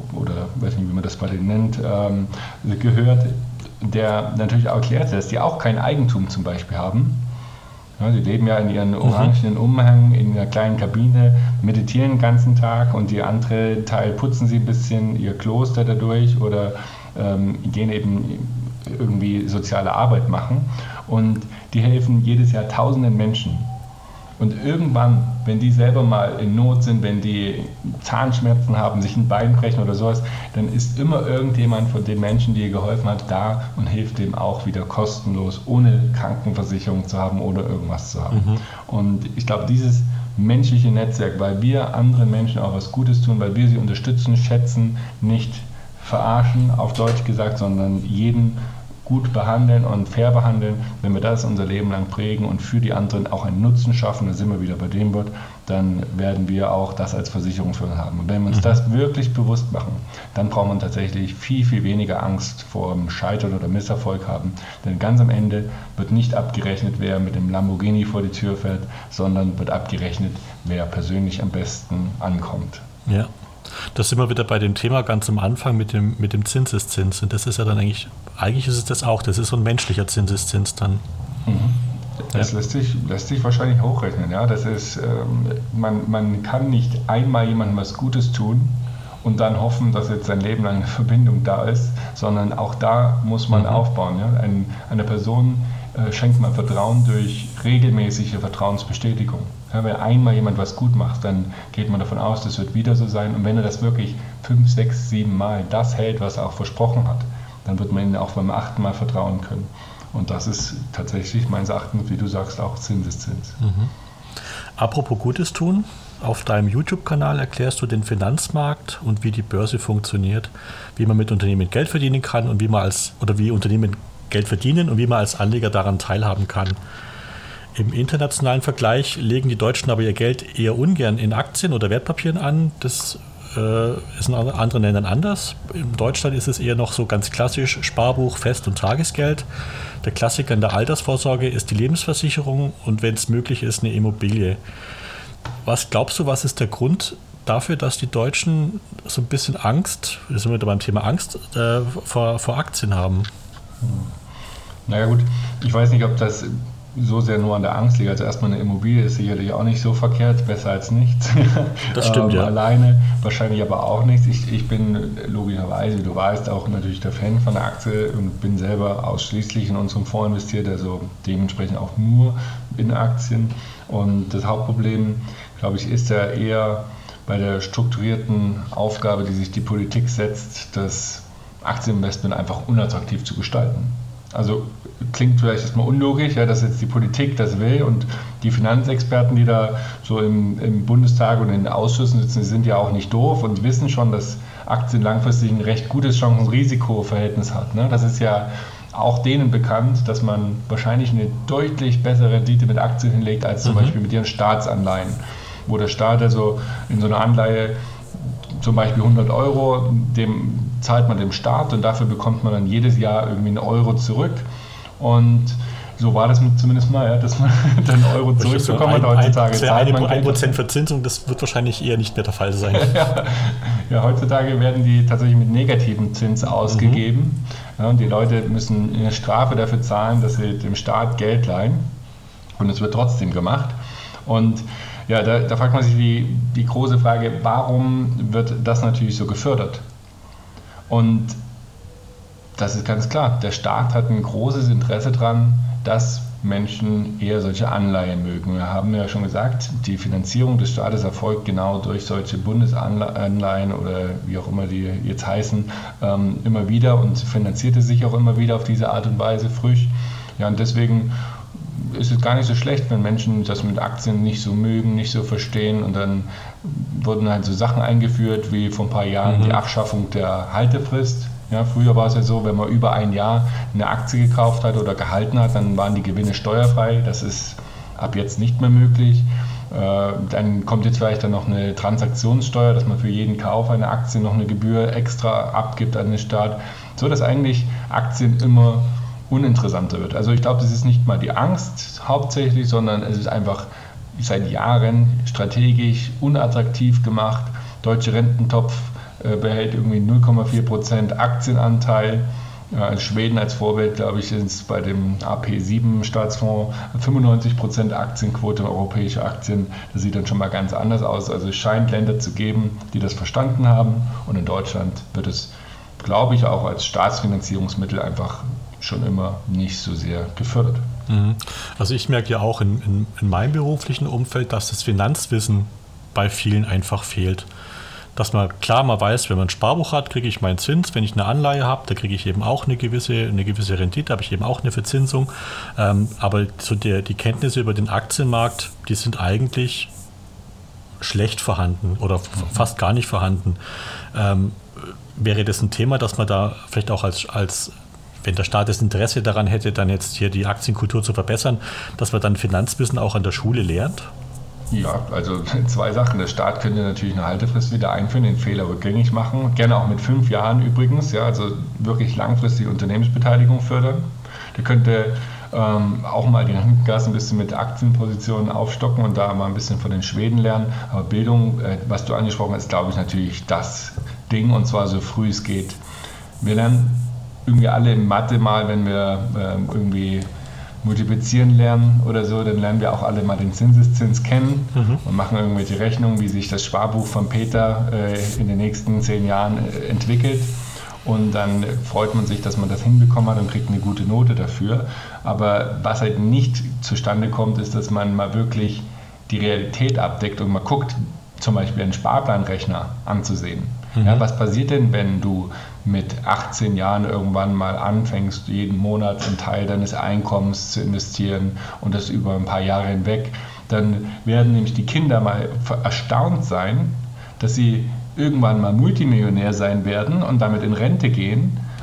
wie man das bei denen nennt, gehört, der natürlich auch erklärte, dass die auch kein Eigentum zum Beispiel haben. Ja, sie leben ja in ihren orangenen Umhang, in einer kleinen Kabine, meditieren den ganzen Tag und die andere Teil putzen sie ein bisschen, ihr Kloster dadurch oder gehen eben irgendwie soziale Arbeit machen und die helfen jedes Jahr tausenden Menschen. Und irgendwann, wenn die selber mal in Not sind, wenn die Zahnschmerzen haben, sich ein Bein brechen oder sowas, dann ist immer irgendjemand von den Menschen, die ihr geholfen hat, da und hilft dem auch wieder kostenlos, ohne Krankenversicherung zu haben oder irgendwas zu haben. Und ich glaube, dieses menschliche Netzwerk, weil wir anderen Menschen auch was Gutes tun, weil wir sie unterstützen, schätzen, nicht verarschen, auf Deutsch gesagt, sondern jeden gut behandeln und fair behandeln, wenn wir das unser Leben lang prägen und für die anderen auch einen Nutzen schaffen, da sind wir wieder bei dem Wort, dann werden wir auch das als Versicherung für uns haben. Und wenn wir uns das wirklich bewusst machen, dann braucht man tatsächlich viel, viel weniger Angst vor dem Scheitern oder Misserfolg haben. Denn ganz am Ende wird nicht abgerechnet, wer mit dem Lamborghini vor die Tür fährt, sondern wird abgerechnet, wer persönlich am besten ankommt. Ja. Das sind wir wieder bei dem Thema ganz am Anfang mit dem Zinseszins. Und das ist ja dann eigentlich ist es das auch, das ist so ein menschlicher Zinseszins dann. Das lässt sich wahrscheinlich hochrechnen. Ja? Das ist, man kann nicht einmal jemandem was Gutes tun und dann hoffen, dass jetzt sein Leben lang eine Verbindung da ist, sondern auch da muss man aufbauen. Ja? Eine Person schenkt man Vertrauen durch regelmäßige Vertrauensbestätigung. Ja, wenn einmal jemand was gut macht, dann geht man davon aus, das wird wieder so sein. Und wenn er das wirklich 5, 6, 7 Mal das hält, was er auch versprochen hat, dann wird man ihm auch beim 8. Mal vertrauen können. Und das ist tatsächlich meines Erachtens, wie du sagst, auch Zinseszins. Apropos Gutes tun, auf deinem YouTube-Kanal erklärst du den Finanzmarkt und wie die Börse funktioniert, wie man mit Unternehmen Geld verdienen kann und wie Unternehmen Geld verdienen und wie man als Anleger daran teilhaben kann. Im internationalen Vergleich legen die Deutschen aber ihr Geld eher ungern in Aktien oder Wertpapieren an. Das ist in anderen Ländern anders. In Deutschland ist es eher noch so ganz klassisch Sparbuch, Fest- und Tagesgeld. Der Klassiker in der Altersvorsorge ist die Lebensversicherung und wenn es möglich ist, eine Immobilie. Was glaubst du, was ist der Grund dafür, dass die Deutschen so ein bisschen Angst, da sind wir beim Thema Angst, vor Aktien haben? Naja gut, ich weiß nicht, ob das so sehr nur an der Angst liegt. Also erstmal eine Immobilie ist sicherlich auch nicht so verkehrt, besser als nichts. Das stimmt, ja. Alleine wahrscheinlich aber auch nichts. Ich bin logischerweise, wie du weißt, auch natürlich der Fan von der Aktie und bin selber ausschließlich in unserem Fonds investiert, also dementsprechend auch nur in Aktien. Und das Hauptproblem, glaube ich, ist ja eher bei der strukturierten Aufgabe, die sich die Politik setzt, das Aktieninvestment einfach unattraktiv zu gestalten. Also klingt vielleicht erstmal unlogisch, ja, dass jetzt die Politik das will und die Finanzexperten, die da so im Bundestag und in den Ausschüssen sitzen, die sind ja auch nicht doof und wissen schon, dass Aktien langfristig ein recht gutes Chancen-Risiko-Verhältnis hat. Ne? Das ist ja auch denen bekannt, dass man wahrscheinlich eine deutlich bessere Rendite mit Aktien hinlegt als zum Beispiel mit ihren Staatsanleihen, wo der Staat also in so einer Anleihe zum Beispiel 100 Euro, dem zahlt man dem Staat und dafür bekommt man dann jedes Jahr irgendwie einen Euro zurück. Und so war das zumindest mal, ja, dass man dann einen Euro zurückbekommen hat. Heutzutage zahlt man 1% Verzinsung, das wird wahrscheinlich eher nicht mehr der Fall sein. Ja, heutzutage werden die tatsächlich mit negativem Zins ausgegeben. Ja, und die Leute müssen eine Strafe dafür zahlen, dass sie dem Staat Geld leihen. Und es wird trotzdem gemacht. Und ja, da fragt man sich die große Frage, warum wird das natürlich so gefördert? Und das ist ganz klar, der Staat hat ein großes Interesse daran, dass Menschen eher solche Anleihen mögen. Wir haben ja schon gesagt, die Finanzierung des Staates erfolgt genau durch solche Bundesanleihen oder wie auch immer die jetzt heißen, immer wieder und finanziert es sich auch immer wieder auf diese Art und Weise frisch. Ja, und deswegen ist es gar nicht so schlecht, wenn Menschen das mit Aktien nicht so mögen, nicht so verstehen und dann wurden halt so Sachen eingeführt wie vor ein paar Jahren die Abschaffung der Haltefrist. Ja, früher war es ja so, wenn man über ein Jahr eine Aktie gekauft hat oder gehalten hat, dann waren die Gewinne steuerfrei. Das ist ab jetzt nicht mehr möglich. Dann kommt jetzt vielleicht dann noch eine Transaktionssteuer, dass man für jeden Kauf einer Aktie noch eine Gebühr extra abgibt an den Staat, so dass eigentlich Aktien immer uninteressanter wird. Also ich glaube, das ist nicht mal die Angst hauptsächlich, sondern es ist einfach seit Jahren strategisch unattraktiv gemacht. Deutsche Rententopf behält irgendwie 0,4% Aktienanteil. Schweden als Vorbild, glaube ich, sind es bei dem AP7-Staatsfonds 95% Aktienquote in europäische Aktien. Das sieht dann schon mal ganz anders aus. Also es scheint Länder zu geben, die das verstanden haben. Und in Deutschland wird es, glaube ich, auch als Staatsfinanzierungsmittel einfach schon immer nicht so sehr gefördert. Also ich merke ja auch in meinem beruflichen Umfeld, dass das Finanzwissen bei vielen einfach fehlt. Dass man weiß, wenn man ein Sparbuch hat, kriege ich meinen Zins. Wenn ich eine Anleihe habe, da kriege ich eben auch eine gewisse Rendite, habe ich eben auch eine Verzinsung. Aber so die Kenntnisse über den Aktienmarkt, die sind eigentlich schlecht vorhanden oder fast gar nicht vorhanden. Wäre das ein Thema, dass man da vielleicht auch als wenn der Staat das Interesse daran hätte, dann jetzt hier die Aktienkultur zu verbessern, dass man dann Finanzwissen auch an der Schule lernt? Ja, also zwei Sachen. Der Staat könnte natürlich eine Haltefrist wieder einführen, den Fehler rückgängig machen. Gerne auch mit 5 Jahren übrigens, ja, also wirklich langfristig Unternehmensbeteiligung fördern. Der könnte auch mal den Gas ein bisschen mit Aktienpositionen aufstocken und da mal ein bisschen von den Schweden lernen. Aber Bildung, was du angesprochen hast, glaube ich natürlich das Ding und zwar so früh es geht. Wir lernen irgendwie alle in Mathe mal, wenn wir irgendwie multiplizieren lernen oder so, dann lernen wir auch alle mal den Zinseszins kennen und machen irgendwelche Rechnungen, wie sich das Sparbuch von Peter in den nächsten 10 Jahren entwickelt. Und dann freut man sich, dass man das hinbekommen hat und kriegt eine gute Note dafür. Aber was halt nicht zustande kommt, ist, dass man mal wirklich die Realität abdeckt und mal guckt, zum Beispiel einen Sparplanrechner anzusehen. Ja, was passiert denn, wenn du mit 18 Jahren irgendwann mal anfängst, jeden Monat einen Teil deines Einkommens zu investieren und das über ein paar Jahre hinweg? Dann werden nämlich die Kinder mal erstaunt sein, dass sie irgendwann mal Multimillionär sein werden und damit in Rente gehen,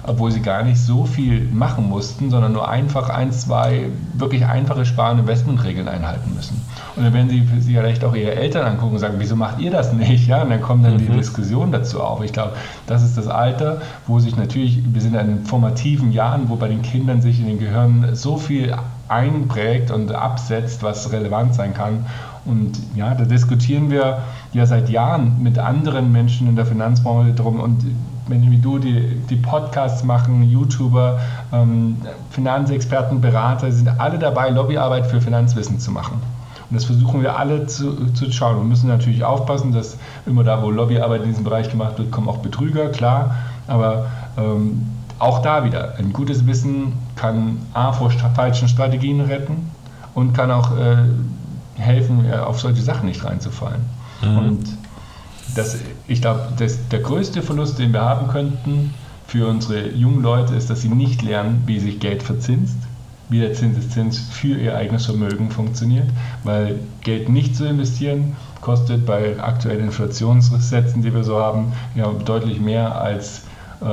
obwohl sie gar nicht so viel machen mussten, sondern nur einfach 1, 2 wirklich einfache Spar- und Investmentregeln einhalten müssen. Und dann werden sie vielleicht auch ihre Eltern angucken und sagen, wieso macht ihr das nicht? Ja, und dann kommt dann die Diskussion dazu auf. Ich glaube, das ist das Alter, wo sich natürlich, wir sind in formativen Jahren, wo bei den Kindern sich in den Gehirn so viel einprägt und absetzt, was relevant sein kann. Und ja, da diskutieren wir ja seit Jahren mit anderen Menschen in der Finanzbranche drum, und Menschen wie du, die Podcasts machen, YouTuber, Finanzexperten, Berater, sind alle dabei, Lobbyarbeit für Finanzwissen zu machen. Und das versuchen wir alle zu schauen. Wir müssen natürlich aufpassen, dass immer da, wo Lobbyarbeit in diesem Bereich gemacht wird, kommen auch Betrüger, klar. Aber auch da wieder, ein gutes Wissen kann vor falschen Strategien retten und kann auch helfen, auf solche Sachen nicht reinzufallen. Und ich glaube, der größte Verlust, den wir haben könnten für unsere jungen Leute, ist, dass sie nicht lernen, wie sich Geld verzinst, wie der Zinseszins für ihr eigenes Vermögen funktioniert, weil Geld nicht zu investieren kostet bei aktuellen Inflationssätzen, die wir so haben, ja, deutlich mehr als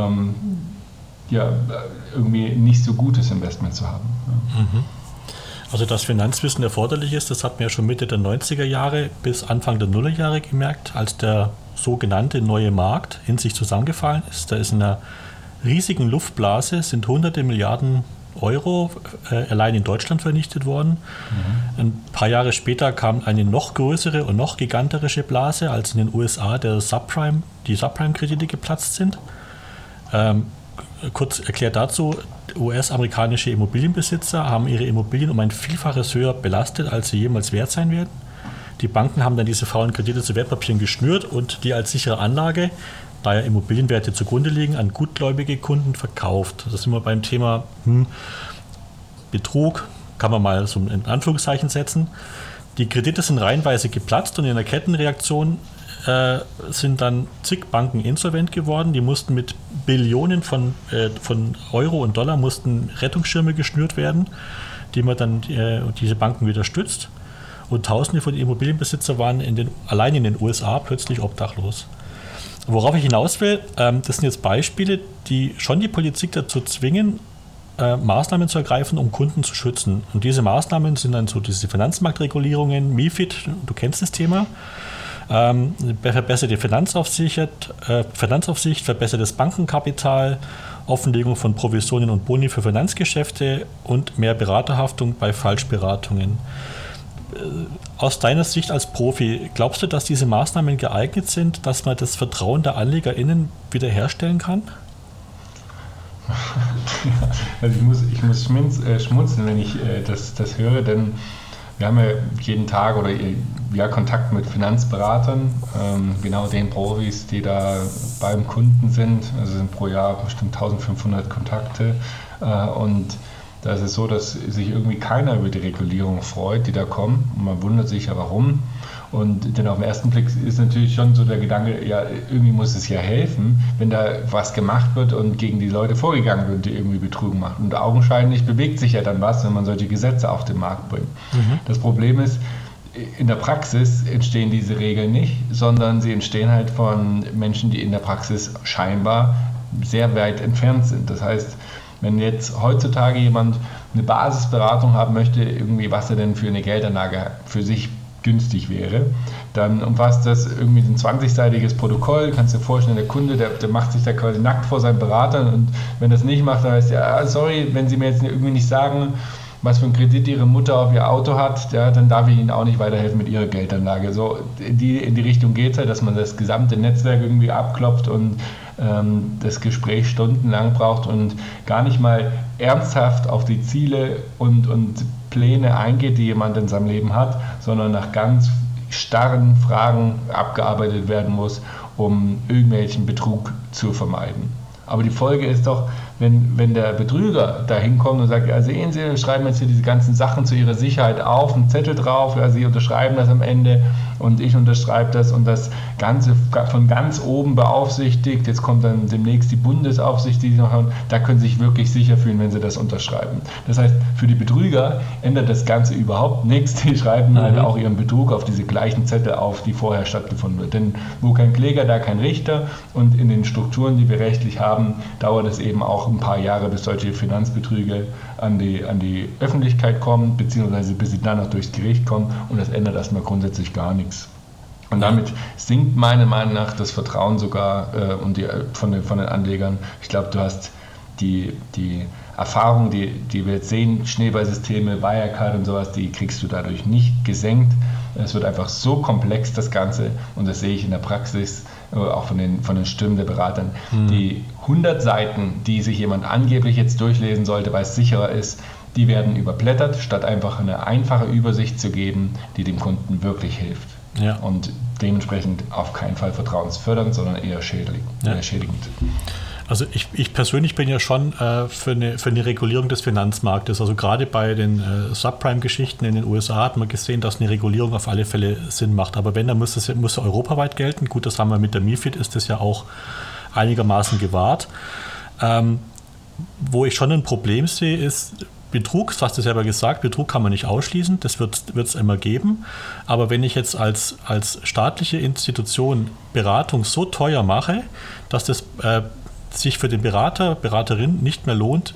irgendwie nicht so gutes Investment zu haben. Ja. Also dass Finanzwissen erforderlich ist, das hat man ja schon Mitte der 90er Jahre bis Anfang der Nullerjahre gemerkt, als der sogenannte neue Markt in sich zusammengefallen ist. Da ist in einer riesigen Luftblase, sind hunderte Milliarden Euro allein in Deutschland vernichtet worden. Ein paar Jahre später kam eine noch größere und noch gigantische Blase, als in den USA die Subprime-Kredite geplatzt sind. Kurz erklärt dazu, US-amerikanische Immobilienbesitzer haben ihre Immobilien um ein Vielfaches höher belastet, als sie jemals wert sein werden. Die Banken haben dann diese faulen Kredite zu Wertpapieren geschnürt und die als sichere Anlage, da ja Immobilienwerte zugrunde liegen, an gutgläubige Kunden verkauft. Das sind wir beim Thema Betrug, kann man mal so in Anführungszeichen setzen. Die Kredite sind reihenweise geplatzt und in der Kettenreaktion sind dann zig Banken insolvent geworden. Die mussten mit Billionen von Euro und Dollar mussten Rettungsschirme geschnürt werden, die man dann diese Banken wieder stützt. Und Tausende von Immobilienbesitzer waren allein in den USA plötzlich obdachlos. Worauf ich hinaus will, das sind jetzt Beispiele, die schon die Politik dazu zwingen, Maßnahmen zu ergreifen, um Kunden zu schützen. Und diese Maßnahmen sind dann so diese Finanzmarktregulierungen, MiFID, du kennst das Thema, verbesserte Finanzaufsicht, verbessertes Bankenkapital, Offenlegung von Provisionen und Boni für Finanzgeschäfte und mehr Beraterhaftung bei Falschberatungen. Aus deiner Sicht als Profi, glaubst du, dass diese Maßnahmen geeignet sind, dass man das Vertrauen der AnlegerInnen wiederherstellen kann? Also ich muss schmunzeln, wenn ich das höre, denn wir haben ja jeden Tag Kontakt mit Finanzberatern, genau den Profis, die da beim Kunden sind. Also sind pro Jahr bestimmt 1500 Kontakte. Und da ist es so, dass sich irgendwie keiner über die Regulierung freut, die da kommen. Und man wundert sich ja, warum. Und denn auf den ersten Blick ist natürlich schon so der Gedanke, ja, irgendwie muss es ja helfen, wenn da was gemacht wird und gegen die Leute vorgegangen wird, die irgendwie Betrug machen. Und augenscheinlich bewegt sich ja dann was, wenn man solche Gesetze auf den Markt bringt. Das Problem ist, in der Praxis entstehen diese Regeln nicht, sondern sie entstehen halt von Menschen, die in der Praxis scheinbar sehr weit entfernt sind. Das heißt, wenn jetzt heutzutage jemand eine Basisberatung haben möchte, irgendwie was er denn für eine Geldanlage für sich günstig wäre, dann umfasst das irgendwie ein 20-seitiges Protokoll. Kannst dir vorstellen, der Kunde, der macht sich da quasi nackt vor seinen Beratern, und wenn das nicht macht, dann heißt ja, sorry, wenn Sie mir jetzt irgendwie nicht sagen, was für einen Kredit Ihre Mutter auf Ihr Auto hat, ja, dann darf ich Ihnen auch nicht weiterhelfen mit Ihrer Geldanlage. So in die Richtung geht es halt, dass man das gesamte Netzwerk irgendwie abklopft und das Gespräch stundenlang braucht und gar nicht mal ernsthaft auf die Ziele und Pläne eingeht, die jemand in seinem Leben hat, sondern nach ganz starren Fragen abgearbeitet werden muss, um irgendwelchen Betrug zu vermeiden. Aber die Folge ist doch, wenn der Betrüger da hinkommt und sagt, ja, sehen Sie, wir schreiben jetzt hier diese ganzen Sachen zu Ihrer Sicherheit auf, einen Zettel drauf, ja, Sie unterschreiben das am Ende und ich unterschreibe das und das Ganze von ganz oben beaufsichtigt. Jetzt kommt dann demnächst die Bundesaufsicht, die noch haben. Da können Sie sich wirklich sicher fühlen, wenn Sie das unterschreiben. Das heißt, für die Betrüger ändert das Ganze überhaupt nichts. Die schreiben halt auch ihren Betrug auf diese gleichen Zettel auf, die vorher stattgefunden wird. Denn wo kein Kläger, da kein Richter, und in den Strukturen, die wir rechtlich haben, dauert es eben auch auch ein paar Jahre, bis solche Finanzbetrüge an die Öffentlichkeit kommen, beziehungsweise bis sie dann noch durchs Gericht kommen, und das ändert erstmal grundsätzlich gar nichts. Und damit sinkt meiner Meinung nach das Vertrauen sogar von den Anlegern. Ich glaube, du hast die Erfahrung, die wir jetzt sehen, Schneeballsysteme, Wirecard und sowas, die kriegst du dadurch nicht gesenkt. Es wird einfach so komplex, das Ganze, und das sehe ich in der Praxis, auch von den Stimmen der Beratern. Die 100 Seiten, die sich jemand angeblich jetzt durchlesen sollte, weil es sicherer ist, die werden überblättert, statt einfach eine einfache Übersicht zu geben, die dem Kunden wirklich hilft. Ja. Und dementsprechend auf keinen Fall vertrauensfördernd, sondern eher schädigend. Also ich persönlich bin ja schon für eine Regulierung des Finanzmarktes. Also gerade bei den Subprime-Geschichten in den USA hat man gesehen, dass eine Regulierung auf alle Fälle Sinn macht. Aber wenn, dann muss es europaweit gelten. Gut, das haben wir mit der MiFID, ist das ja auch einigermaßen gewahrt. Wo ich schon ein Problem sehe, ist Betrug. Das hast du selber gesagt, Betrug kann man nicht ausschließen, das wird es immer geben. Aber wenn ich jetzt als staatliche Institution Beratung so teuer mache, dass das sich für den Beraterin nicht mehr lohnt,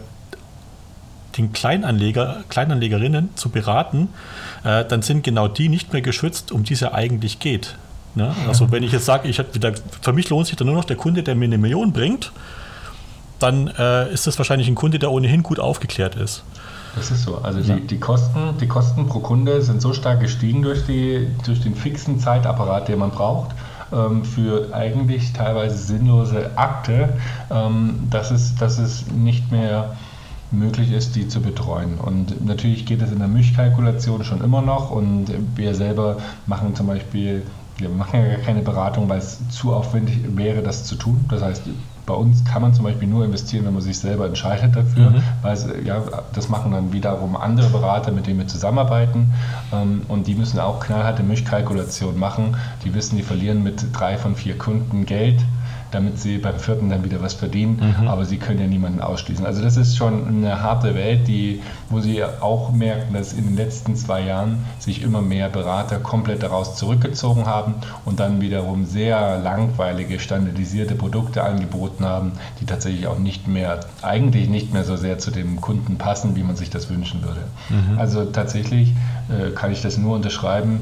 den Kleinanlegerinnen zu beraten, dann sind genau die nicht mehr geschützt, um die es ja eigentlich geht. Ne? Also wenn ich jetzt sage, für mich lohnt sich dann nur noch der Kunde, der mir 1 Million bringt, dann ist das wahrscheinlich ein Kunde, der ohnehin gut aufgeklärt ist. Das ist so. Also die Kosten pro Kunde sind so stark gestiegen durch den fixen Zeitapparat, den man braucht, für eigentlich teilweise sinnlose Akte, dass es nicht mehr möglich ist, die zu betreuen. Und natürlich geht es in der Mischkalkulation schon immer noch, und wir selber machen zum Beispiel, wir machen ja gar keine Beratung, weil es zu aufwendig wäre, das zu tun. Das heißt, bei uns kann man zum Beispiel nur investieren, wenn man sich selber entscheidet dafür, weil das machen dann wiederum andere Berater, mit denen wir zusammenarbeiten, und die müssen auch knallharte Mischkalkulation machen. Die wissen, die verlieren mit 3 von 4 Kunden Geld, damit sie beim 4. dann wieder was verdienen, aber sie können ja niemanden ausschließen. Also das ist schon eine harte Welt, wo sie auch merken, dass in den letzten 2 Jahren sich immer mehr Berater komplett daraus zurückgezogen haben und dann wiederum sehr langweilige, standardisierte Produkte angeboten haben, die tatsächlich auch eigentlich nicht mehr so sehr zu dem Kunden passen, wie man sich das wünschen würde. Also tatsächlich kann ich das nur unterschreiben,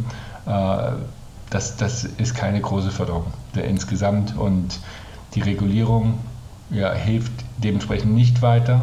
das ist keine große Förderung insgesamt, und die Regulierung hilft dementsprechend nicht weiter.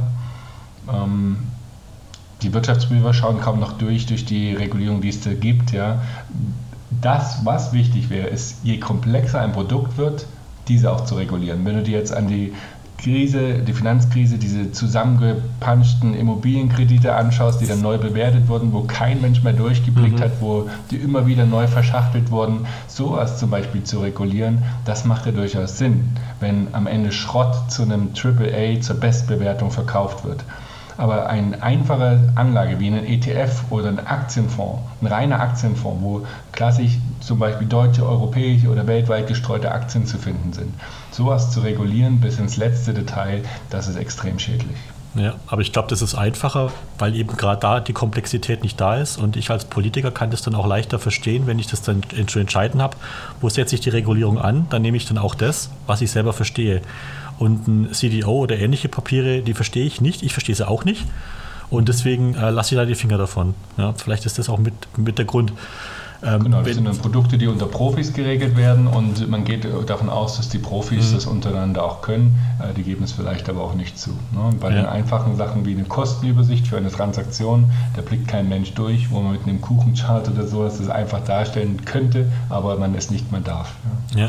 Die Wirtschaftsprüfer schauen kaum noch durch die Regulierung, die es da gibt. Ja. Das, was wichtig wäre, ist, je komplexer ein Produkt wird, diese auch zu regulieren. Wenn du dir jetzt an die Finanzkrise, diese zusammengepanschten Immobilienkredite anschaust, die dann neu bewertet wurden, wo kein Mensch mehr durchgeblickt hat, wo die immer wieder neu verschachtelt wurden, sowas zum Beispiel zu regulieren, das macht ja durchaus Sinn, wenn am Ende Schrott zu einem AAA zur Bestbewertung verkauft wird. Aber eine einfache Anlage wie ein ETF oder ein Aktienfonds, ein reiner Aktienfonds, wo klassisch zum Beispiel deutsche, europäische oder weltweit gestreute Aktien zu finden sind, sowas zu regulieren bis ins letzte Detail, das ist extrem schädlich. Ja, aber ich glaube, das ist einfacher, weil eben gerade da die Komplexität nicht da ist, und ich als Politiker kann das dann auch leichter verstehen, wenn ich das dann zu entscheiden habe, wo setze ich die Regulierung an, dann nehme ich dann auch das, was ich selber verstehe. Und ein CDO oder ähnliche Papiere, die verstehe ich nicht, ich verstehe sie auch nicht, und deswegen lasse ich da die Finger davon. Ja, vielleicht ist das auch mit der Grund. Genau, das sind dann Produkte, die unter Profis geregelt werden, und man geht davon aus, dass die Profis das untereinander auch können. Die geben es vielleicht aber auch nicht zu. Ne? Bei den einfachen Sachen wie eine Kostenübersicht für eine Transaktion, da blickt kein Mensch durch, wo man mit einem Kuchenchart oder sowas das einfach darstellen könnte, aber man es nicht mehr darf. Ja.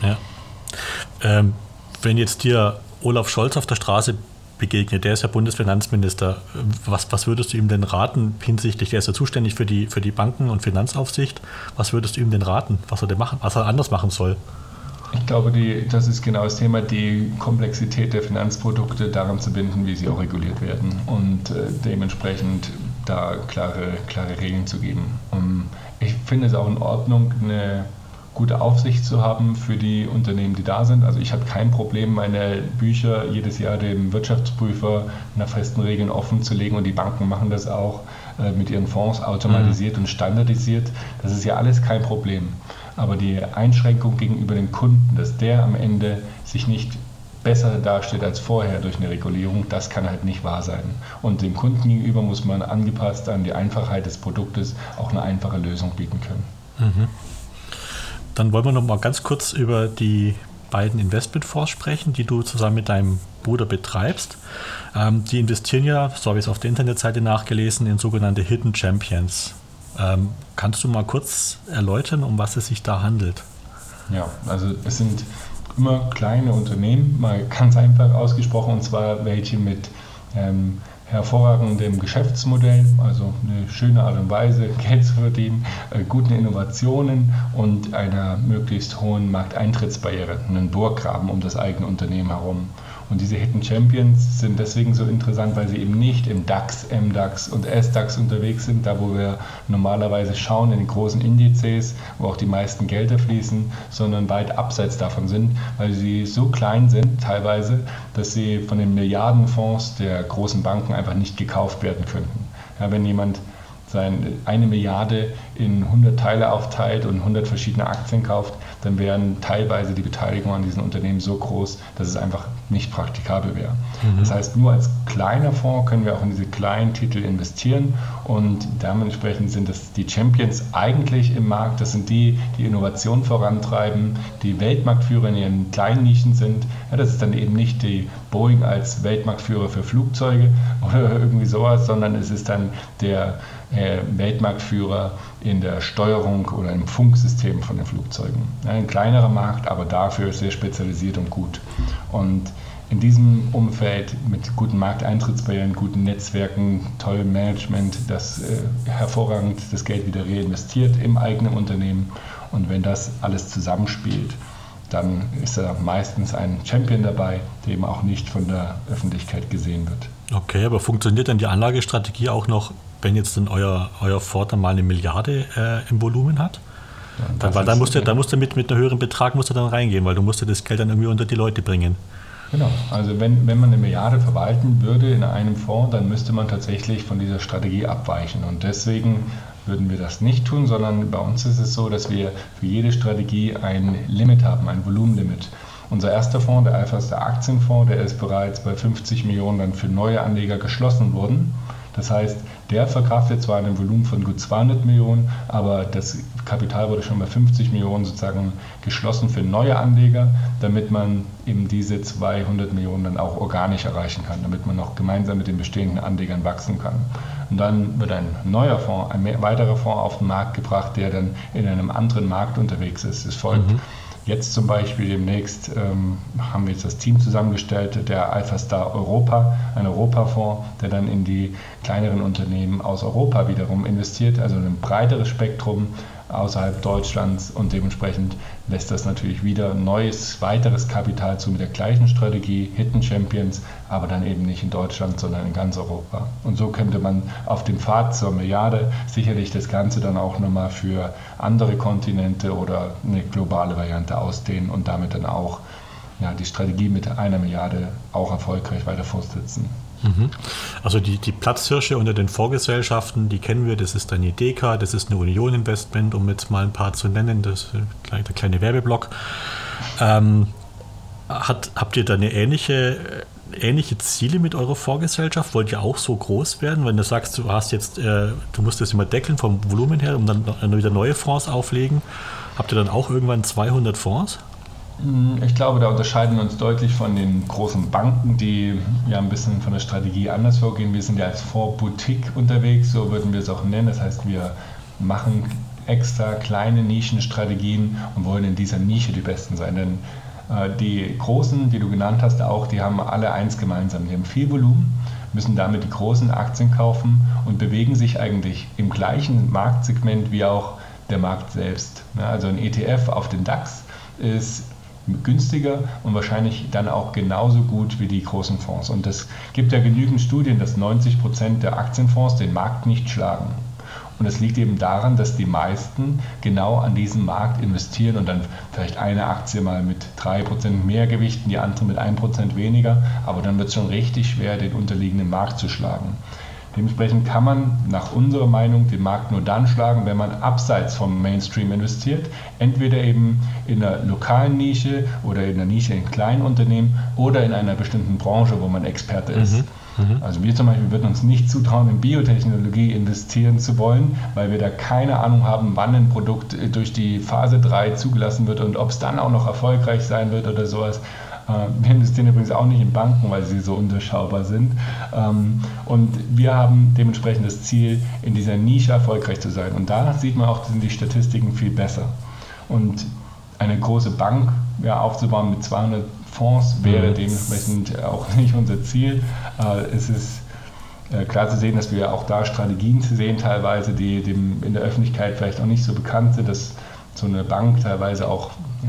Wenn jetzt dir Olaf Scholz auf der Straße begegnet, der ist ja Bundesfinanzminister, was würdest du ihm denn raten hinsichtlich, der ist ja zuständig für die Banken- und Finanzaufsicht, was würdest du ihm denn raten, was er anders machen soll? Ich glaube, das ist genau das Thema, die Komplexität der Finanzprodukte daran zu binden, wie sie auch reguliert werden, und dementsprechend da klare Regeln zu geben. Ich finde es auch in Ordnung, eine gute Aufsicht zu haben für die Unternehmen, die da sind. Also ich habe kein Problem, meine Bücher jedes Jahr dem Wirtschaftsprüfer nach festen Regeln offen zu legen, und die Banken machen das auch mit ihren Fonds automatisiert und standardisiert. Das ist ja alles kein Problem. Aber die Einschränkung gegenüber dem Kunden, dass der am Ende sich nicht besser dasteht als vorher durch eine Regulierung, das kann halt nicht wahr sein. Und dem Kunden gegenüber muss man angepasst an die Einfachheit des Produktes auch eine einfache Lösung bieten können. Mhm. Dann wollen wir noch mal ganz kurz über die beiden Investmentfonds sprechen, die du zusammen mit deinem Bruder betreibst. Die investieren ja, so habe ich es auf der Internetseite nachgelesen, in sogenannte Hidden Champions. Kannst du mal kurz erläutern, um was es sich da handelt? Ja, also es sind immer kleine Unternehmen, mal ganz einfach ausgesprochen, und zwar welche mit hervorragendem Geschäftsmodell, also eine schöne Art und Weise, Geld zu verdienen, guten Innovationen und einer möglichst hohen Markteintrittsbarriere, einen Burggraben um das eigene Unternehmen herum. Und diese Hidden Champions sind deswegen so interessant, weil sie eben nicht im DAX, MDAX und SDAX unterwegs sind, da wo wir normalerweise schauen in den großen Indizes, wo auch die meisten Gelder fließen, sondern weit abseits davon sind, weil sie so klein sind teilweise, dass sie von den Milliardenfonds der großen Banken einfach nicht gekauft werden könnten. Ja, wenn jemand eine Milliarde in 100 Teile aufteilt und 100 verschiedene Aktien kauft, dann wären teilweise die Beteiligungen an diesen Unternehmen so groß, dass es einfach nicht praktikabel wäre. Das heißt, nur als kleiner Fonds können wir auch in diese kleinen Titel investieren und dementsprechend sind das die Champions eigentlich im Markt. Das sind die Innovation vorantreiben, die Weltmarktführer in ihren kleinen Nischen sind. Ja, das ist dann eben nicht die Boeing als Weltmarktführer für Flugzeuge oder irgendwie sowas, sondern es ist dann der Weltmarktführer in der Steuerung oder im Funksystem von den Flugzeugen. Ein kleinerer Markt, aber dafür sehr spezialisiert und gut. Und in diesem Umfeld mit guten Markteintrittsbarrieren, guten Netzwerken, tollem Management, das hervorragend das Geld wieder reinvestiert im eigenen Unternehmen. Und wenn das alles zusammenspielt, dann ist da meistens ein Champion dabei, der eben auch nicht von der Öffentlichkeit gesehen wird. Okay, aber funktioniert denn die Anlagestrategie auch noch, wenn jetzt dann euer Fonds dann mal 1 Milliarde im Volumen hat? Ja, dann musst du mit einem höheren Betrag musst du dann reingehen, weil du musst das Geld dann irgendwie unter die Leute bringen. Genau, also wenn man 1 Milliarde verwalten würde in einem Fonds, dann müsste man tatsächlich von dieser Strategie abweichen. Und deswegen würden wir das nicht tun, sondern bei uns ist es so, dass wir für jede Strategie ein Limit haben, ein Volumenlimit. Unser erster Fonds, der Alpha-Star Aktienfonds, der ist bereits bei 50 Millionen dann für neue Anleger geschlossen worden. Das heißt, der verkraftet zwar ein Volumen von gut 200 Millionen, aber das Kapital wurde schon bei 50 Millionen sozusagen geschlossen für neue Anleger, damit man eben diese 200 Millionen dann auch organisch erreichen kann, damit man noch gemeinsam mit den bestehenden Anlegern wachsen kann. Und dann wird ein neuer Fonds, ein weiterer Fonds auf den Markt gebracht, der dann in einem anderen Markt unterwegs ist. Es folgt jetzt zum Beispiel demnächst haben wir jetzt das Team zusammengestellt, der Alpha-Star Europa, ein Europafonds, der dann in die kleineren Unternehmen aus Europa wiederum investiert, also ein breiteres Spektrum außerhalb Deutschlands und dementsprechend lässt das natürlich wieder neues, weiteres Kapital zu mit der gleichen Strategie, Hidden Champions, aber dann eben nicht in Deutschland, sondern in ganz Europa. Und so könnte man auf dem Pfad zur Milliarde sicherlich das Ganze dann auch nochmal für andere Kontinente oder eine globale Variante ausdehnen und damit dann auch die Strategie mit 1 Milliarde auch erfolgreich weiter fortsetzen. Also die Platzhirsche unter den Fondsgesellschaften, die kennen wir, das ist eine Deka, das ist eine Union Investment, um jetzt mal ein paar zu nennen, das ist der kleine Werbeblock. Habt ihr da eine ähnliche Ziele mit eurer Fondsgesellschaft? Wollt ihr auch so groß werden? Wenn du sagst, du musst das immer deckeln vom Volumen her, um dann wieder neue Fonds auflegen, habt ihr dann auch irgendwann 200 Fonds? Ich glaube, da unterscheiden wir uns deutlich von den großen Banken, die ja ein bisschen von der Strategie anders vorgehen. Wir sind ja als Fonds-Boutique unterwegs, so würden wir es auch nennen. Das heißt, wir machen extra kleine Nischenstrategien und wollen in dieser Nische die Besten sein. Denn die Großen, die du genannt hast, auch, die haben alle eins gemeinsam. Die haben viel Volumen, müssen damit die großen Aktien kaufen und bewegen sich eigentlich im gleichen Marktsegment wie auch der Markt selbst. Also ein ETF auf den DAX ist günstiger und wahrscheinlich dann auch genauso gut wie die großen Fonds. Und es gibt ja genügend Studien, dass 90% der Aktienfonds den Markt nicht schlagen. Und es liegt eben daran, dass die meisten genau an diesem Markt investieren und dann vielleicht eine Aktie mal mit 3% mehr gewichten, die andere mit 1% weniger, aber dann wird es schon richtig schwer, den unterliegenden Markt zu schlagen. Dementsprechend kann man nach unserer Meinung den Markt nur dann schlagen, wenn man abseits vom Mainstream investiert. Entweder eben in einer lokalen Nische oder in einer Nische in kleinen Unternehmen oder in einer bestimmten Branche, wo man Experte ist. Also wir zum Beispiel würden uns nicht zutrauen, in Biotechnologie investieren zu wollen, weil wir da keine Ahnung haben, wann ein Produkt durch die Phase 3 zugelassen wird und ob es dann auch noch erfolgreich sein wird oder sowas. Wir investieren übrigens auch nicht in Banken, weil sie so unterschaubar sind. Und wir haben dementsprechend das Ziel, in dieser Nische erfolgreich zu sein. Und da sieht man auch, sind die Statistiken viel besser. Und eine große Bank aufzubauen mit 200 Fonds wäre dementsprechend auch nicht unser Ziel. Es ist klar zu sehen, dass wir auch da Strategien sehen teilweise, die in der Öffentlichkeit vielleicht auch nicht so bekannt sind, dass so eine Bank teilweise auch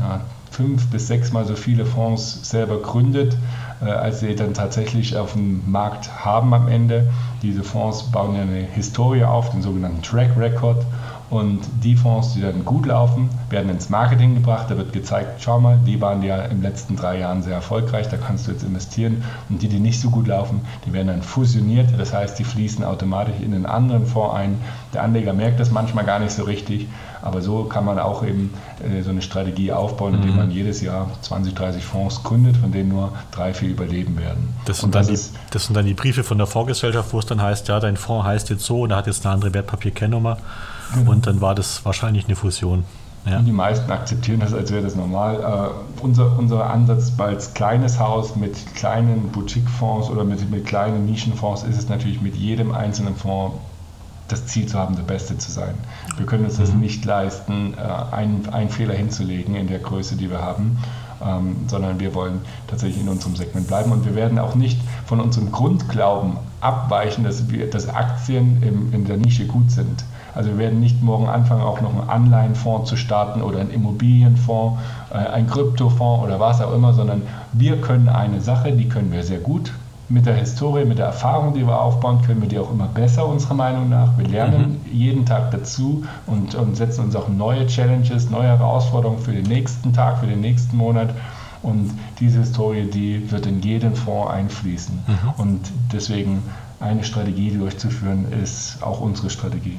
5 bis 6 Mal so viele Fonds selber gründet, als sie dann tatsächlich auf dem Markt haben am Ende. Diese Fonds bauen ja eine Historie auf, den sogenannten Track Record. Und die Fonds, die dann gut laufen, werden ins Marketing gebracht. Da wird gezeigt, schau mal, die waren ja in den letzten 3 Jahren sehr erfolgreich, da kannst du jetzt investieren. Und die nicht so gut laufen, die werden dann fusioniert. Das heißt, die fließen automatisch in einen anderen Fonds ein. Der Anleger merkt das manchmal gar nicht so richtig. Aber so kann man auch eben so eine Strategie aufbauen, indem man jedes Jahr 20, 30 Fonds gründet, von denen nur 3, 4 überleben werden. Das sind dann die Briefe von der Fondsgesellschaft, wo es dann heißt, ja, dein Fonds heißt jetzt so und er hat jetzt eine andere Wertpapierkennnummer. Genau. Und dann war das wahrscheinlich eine Fusion. Ja. Und die meisten akzeptieren das, als wäre das normal. Unser Ansatz als kleines Haus mit kleinen Boutique-Fonds oder mit kleinen Nischenfonds ist es natürlich mit jedem einzelnen Fonds das Ziel zu haben, der Beste zu sein. Wir können uns das nicht leisten, einen Fehler hinzulegen in der Größe, die wir haben, sondern wir wollen tatsächlich in unserem Segment bleiben und wir werden auch nicht von unserem Grundglauben abweichen, dass Aktien in der Nische gut sind. Also wir werden nicht morgen anfangen, auch noch einen Anleihenfonds zu starten oder einen Immobilienfonds, einen Kryptofonds oder was auch immer, sondern wir können eine Sache, die können wir sehr gut. Mit der Historie, mit der Erfahrung, die wir aufbauen, können wir die auch immer besser, unserer Meinung nach. Wir lernen jeden Tag dazu und setzen uns auch neue Challenges, neue Herausforderungen für den nächsten Tag, für den nächsten Monat. Und diese Historie, die wird in jeden Fonds einfließen. Und deswegen eine Strategie durchzuführen, ist auch unsere Strategie.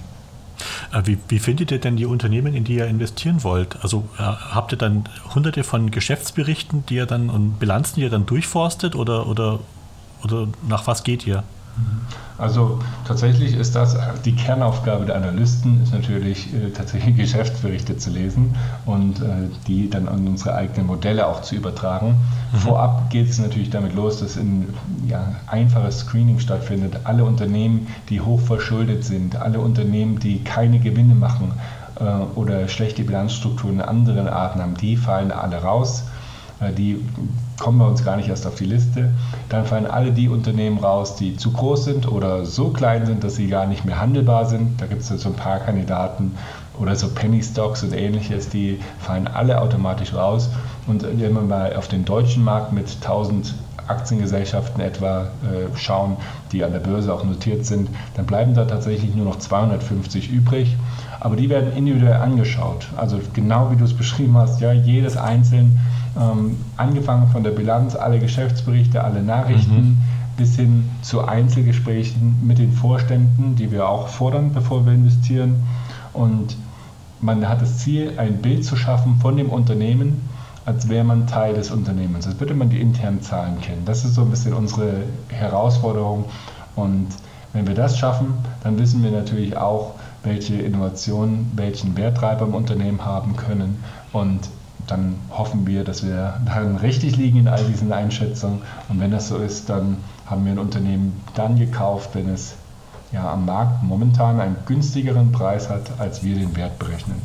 Wie findet ihr denn die Unternehmen, in die ihr investieren wollt? Also habt ihr dann hunderte von Geschäftsberichten, die ihr dann und Bilanzen, die ihr dann durchforstet oder nach was geht ihr? Also tatsächlich ist das die Kernaufgabe der Analysten, ist natürlich tatsächlich Geschäftsberichte zu lesen und die dann an unsere eigenen Modelle auch zu übertragen. Vorab geht es natürlich damit los, dass ein einfaches Screening stattfindet. Alle Unternehmen, die hoch verschuldet sind, alle Unternehmen, die keine Gewinne machen oder schlechte Bilanzstrukturen in anderen Arten haben, die fallen alle raus. Die kommen bei uns gar nicht erst auf die Liste. Dann fallen alle die Unternehmen raus, die zu groß sind oder so klein sind, dass sie gar nicht mehr handelbar sind. Da gibt es so ein paar Kandidaten oder so Penny Stocks und ähnliches, die fallen alle automatisch raus. Und wenn wir mal auf den deutschen Markt mit 1000 Aktiengesellschaften etwa schauen, die an der Börse auch notiert sind, dann bleiben da tatsächlich nur noch 250 übrig. Aber die werden individuell angeschaut. Also genau wie du es beschrieben hast, ja, jedes einzeln, angefangen von der Bilanz, alle Geschäftsberichte, alle Nachrichten, bis hin zu Einzelgesprächen mit den Vorständen, die wir auch fordern, bevor wir investieren. Und man hat das Ziel, ein Bild zu schaffen von dem Unternehmen, als wäre man Teil des Unternehmens, als würde man die internen Zahlen kennen. Das ist so ein bisschen unsere Herausforderung. Und wenn wir das schaffen, dann wissen wir natürlich auch, welche Innovationen, welchen Werttreiber im Unternehmen haben können. Und dann hoffen wir, dass wir darin richtig liegen in all diesen Einschätzungen. Und wenn das so ist, dann haben wir ein Unternehmen dann gekauft, wenn es am Markt momentan einen günstigeren Preis hat, als wir den Wert berechnen.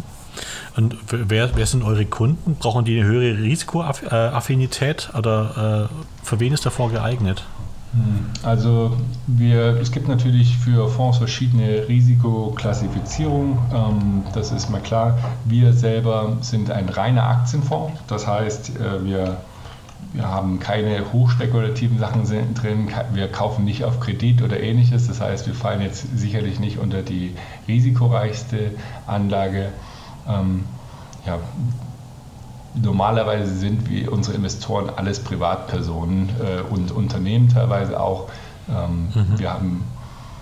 Und wer sind eure Kunden? Brauchen die eine höhere Risikoaffinität oder für wen ist der Fonds geeignet? Also es gibt natürlich für Fonds verschiedene Risikoklassifizierungen, das ist mal klar. Wir selber sind ein reiner Aktienfonds, das heißt, wir haben keine hochspekulativen Sachen drin, wir kaufen nicht auf Kredit oder ähnliches, das heißt, wir fallen jetzt sicherlich nicht unter die risikoreichste Anlage. Normalerweise sind unsere Investoren alles Privatpersonen und Unternehmen teilweise auch. Wir haben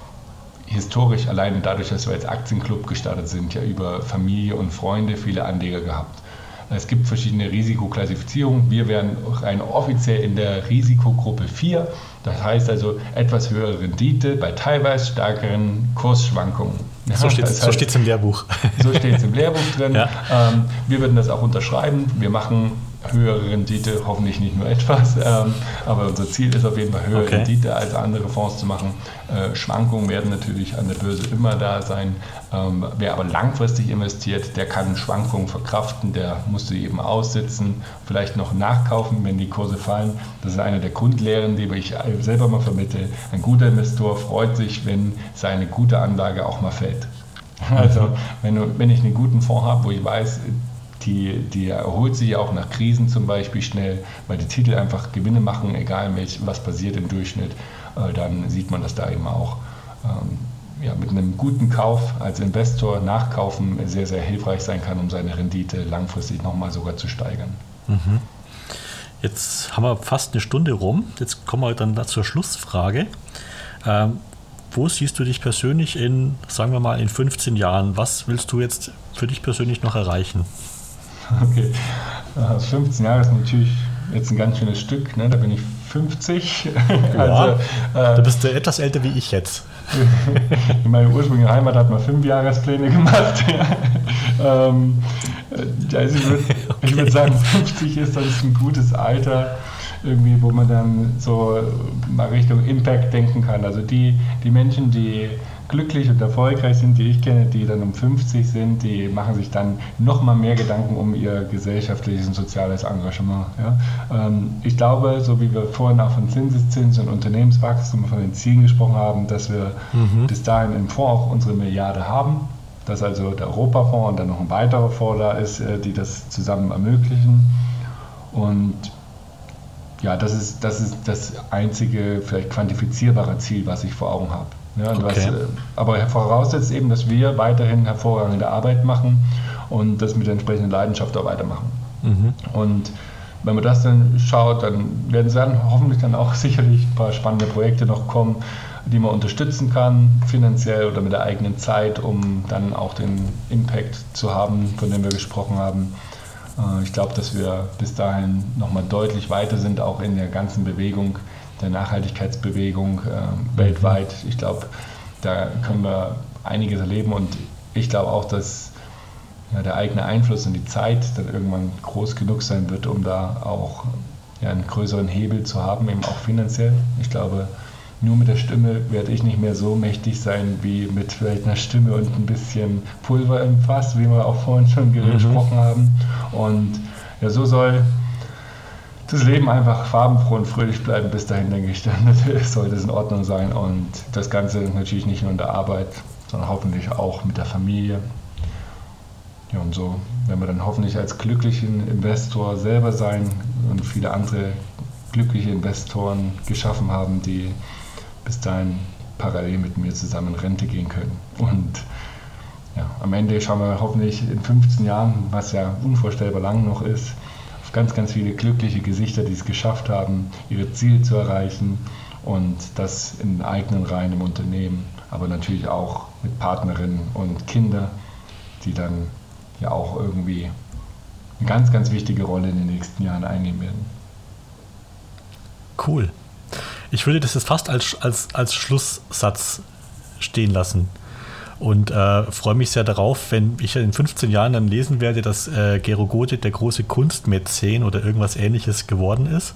historisch alleine dadurch, dass wir als Aktienclub gestartet sind, ja über Familie und Freunde viele Anleger gehabt. Es gibt verschiedene Risikoklassifizierungen. Wir wären rein offiziell in der Risikogruppe 4. Das heißt also etwas höhere Rendite bei teilweise stärkeren Kursschwankungen. Ja, so steht es im Lehrbuch. So steht es im Lehrbuch drin. Ja. Wir würden das auch unterschreiben. Wir machen höhere Rendite, hoffentlich nicht nur etwas, aber unser Ziel ist auf jeden Fall höhere Rendite als andere Fonds zu machen. Schwankungen werden natürlich an der Börse immer da sein. Wer aber langfristig investiert, der kann Schwankungen verkraften, der muss sie eben aussitzen, vielleicht noch nachkaufen, wenn die Kurse fallen. Das ist eine der Grundlehren, die ich selber mal vermittle. Ein guter Investor freut sich, wenn seine gute Anlage auch mal fällt. Also wenn ich einen guten Fonds habe, wo ich weiß, die erholt sich auch nach Krisen zum Beispiel schnell, weil die Titel einfach Gewinne machen, egal was passiert im Durchschnitt, dann sieht man, dass da eben auch mit einem guten Kauf als Investor nachkaufen sehr, sehr hilfreich sein kann, um seine Rendite langfristig nochmal sogar zu steigern. Mhm. Jetzt haben wir fast eine Stunde rum, jetzt kommen wir dann zur Schlussfrage. Wo siehst du dich persönlich sagen wir mal, in 15 Jahren? Was willst du jetzt für dich persönlich noch erreichen? Okay, 15 Jahre ist natürlich jetzt ein ganz schönes Stück, ne? Da bin ich 50. Ja, du bist etwas älter wie ich jetzt. In meiner ursprünglichen Heimat hat man 5 Jahrespläne gemacht. Also ich würde sagen, 50 ist das ein gutes Alter, irgendwie, wo man dann so mal Richtung Impact denken kann. Also die Menschen, die glücklich und erfolgreich sind, die ich kenne, die dann um 50 sind, die machen sich dann noch mal mehr Gedanken um ihr gesellschaftliches und soziales Engagement. Ja? Ich glaube, so wie wir vorhin auch von Zinseszins und Unternehmenswachstum von den Zielen gesprochen haben, dass wir bis dahin im Fonds auch unsere Milliarde haben, dass also der Europafonds und dann noch ein weiterer Fonds da ist, die das zusammen ermöglichen. Und ja, das ist das einzige vielleicht quantifizierbare Ziel, was ich vor Augen habe. Ja, aber voraussetzt eben, dass wir weiterhin hervorragende Arbeit machen und das mit der entsprechenden Leidenschaft auch weitermachen. Mhm. Und wenn man das dann schaut, dann werden dann hoffentlich dann auch sicherlich ein paar spannende Projekte noch kommen, die man unterstützen kann, finanziell oder mit der eigenen Zeit, um dann auch den Impact zu haben, von dem wir gesprochen haben. Ich glaube, dass wir bis dahin nochmal deutlich weiter sind, auch in der ganzen Bewegung, der Nachhaltigkeitsbewegung weltweit. Ich glaube, da können wir einiges erleben und ich glaube auch, dass der eigene Einfluss und die Zeit dann irgendwann groß genug sein wird, um da auch einen größeren Hebel zu haben, eben auch finanziell. Ich glaube, nur mit der Stimme werde ich nicht mehr so mächtig sein wie mit vielleicht einer Stimme und ein bisschen Pulver im Fass, wie wir auch vorhin schon gesprochen haben. Und ja, so soll das Leben einfach farbenfroh und fröhlich bleiben. Bis dahin, denke ich, dann sollte es in Ordnung sein. Und das Ganze natürlich nicht nur in der Arbeit, sondern hoffentlich auch mit der Familie. Ja, und so werden wir dann hoffentlich als glücklichen Investor selber sein und viele andere glückliche Investoren geschaffen haben, die bis dahin parallel mit mir zusammen in Rente gehen können. Und ja, am Ende schauen wir hoffentlich in 15 Jahren, was ja unvorstellbar lang noch ist, auf ganz, ganz viele glückliche Gesichter, die es geschafft haben, ihre Ziele zu erreichen und das in eigenen Reihen im Unternehmen, aber natürlich auch mit Partnerinnen und Kindern, die dann ja auch irgendwie eine ganz, ganz wichtige Rolle in den nächsten Jahren einnehmen werden. Cool. Ich würde das jetzt fast als Schlusssatz stehen lassen und freue mich sehr darauf, wenn ich in 15 Jahren dann lesen werde, dass Gero Gothe der große Kunstmäzen oder irgendwas Ähnliches geworden ist.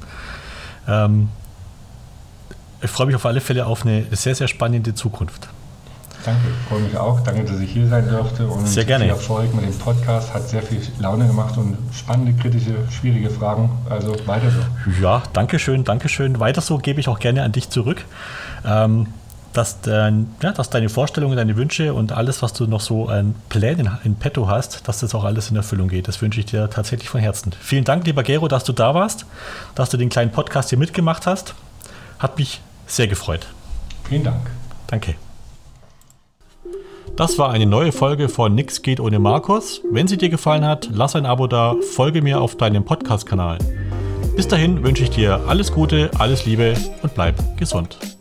Ich freue mich auf alle Fälle auf eine sehr, sehr spannende Zukunft. Danke, ich freue mich auch. Danke, dass ich hier sein durfte. Und sehr gerne. Viel Erfolg mit dem Podcast. Hat sehr viel Laune gemacht und spannende, kritische, schwierige Fragen. Also weiter so. Ja, danke schön. Weiter so gebe ich auch gerne an dich zurück. Dass deine Vorstellungen, deine Wünsche und alles, was du noch so an Plänen in petto hast, dass das auch alles in Erfüllung geht. Das wünsche ich dir tatsächlich von Herzen. Vielen Dank, lieber Gero, dass du da warst, dass du den kleinen Podcast hier mitgemacht hast. Hat mich sehr gefreut. Vielen Dank. Danke. Das war eine neue Folge von Nix geht ohne Markus. Wenn sie dir gefallen hat, lass ein Abo da, folge mir auf deinem Podcast-Kanal. Bis dahin wünsche ich dir alles Gute, alles Liebe und bleib gesund.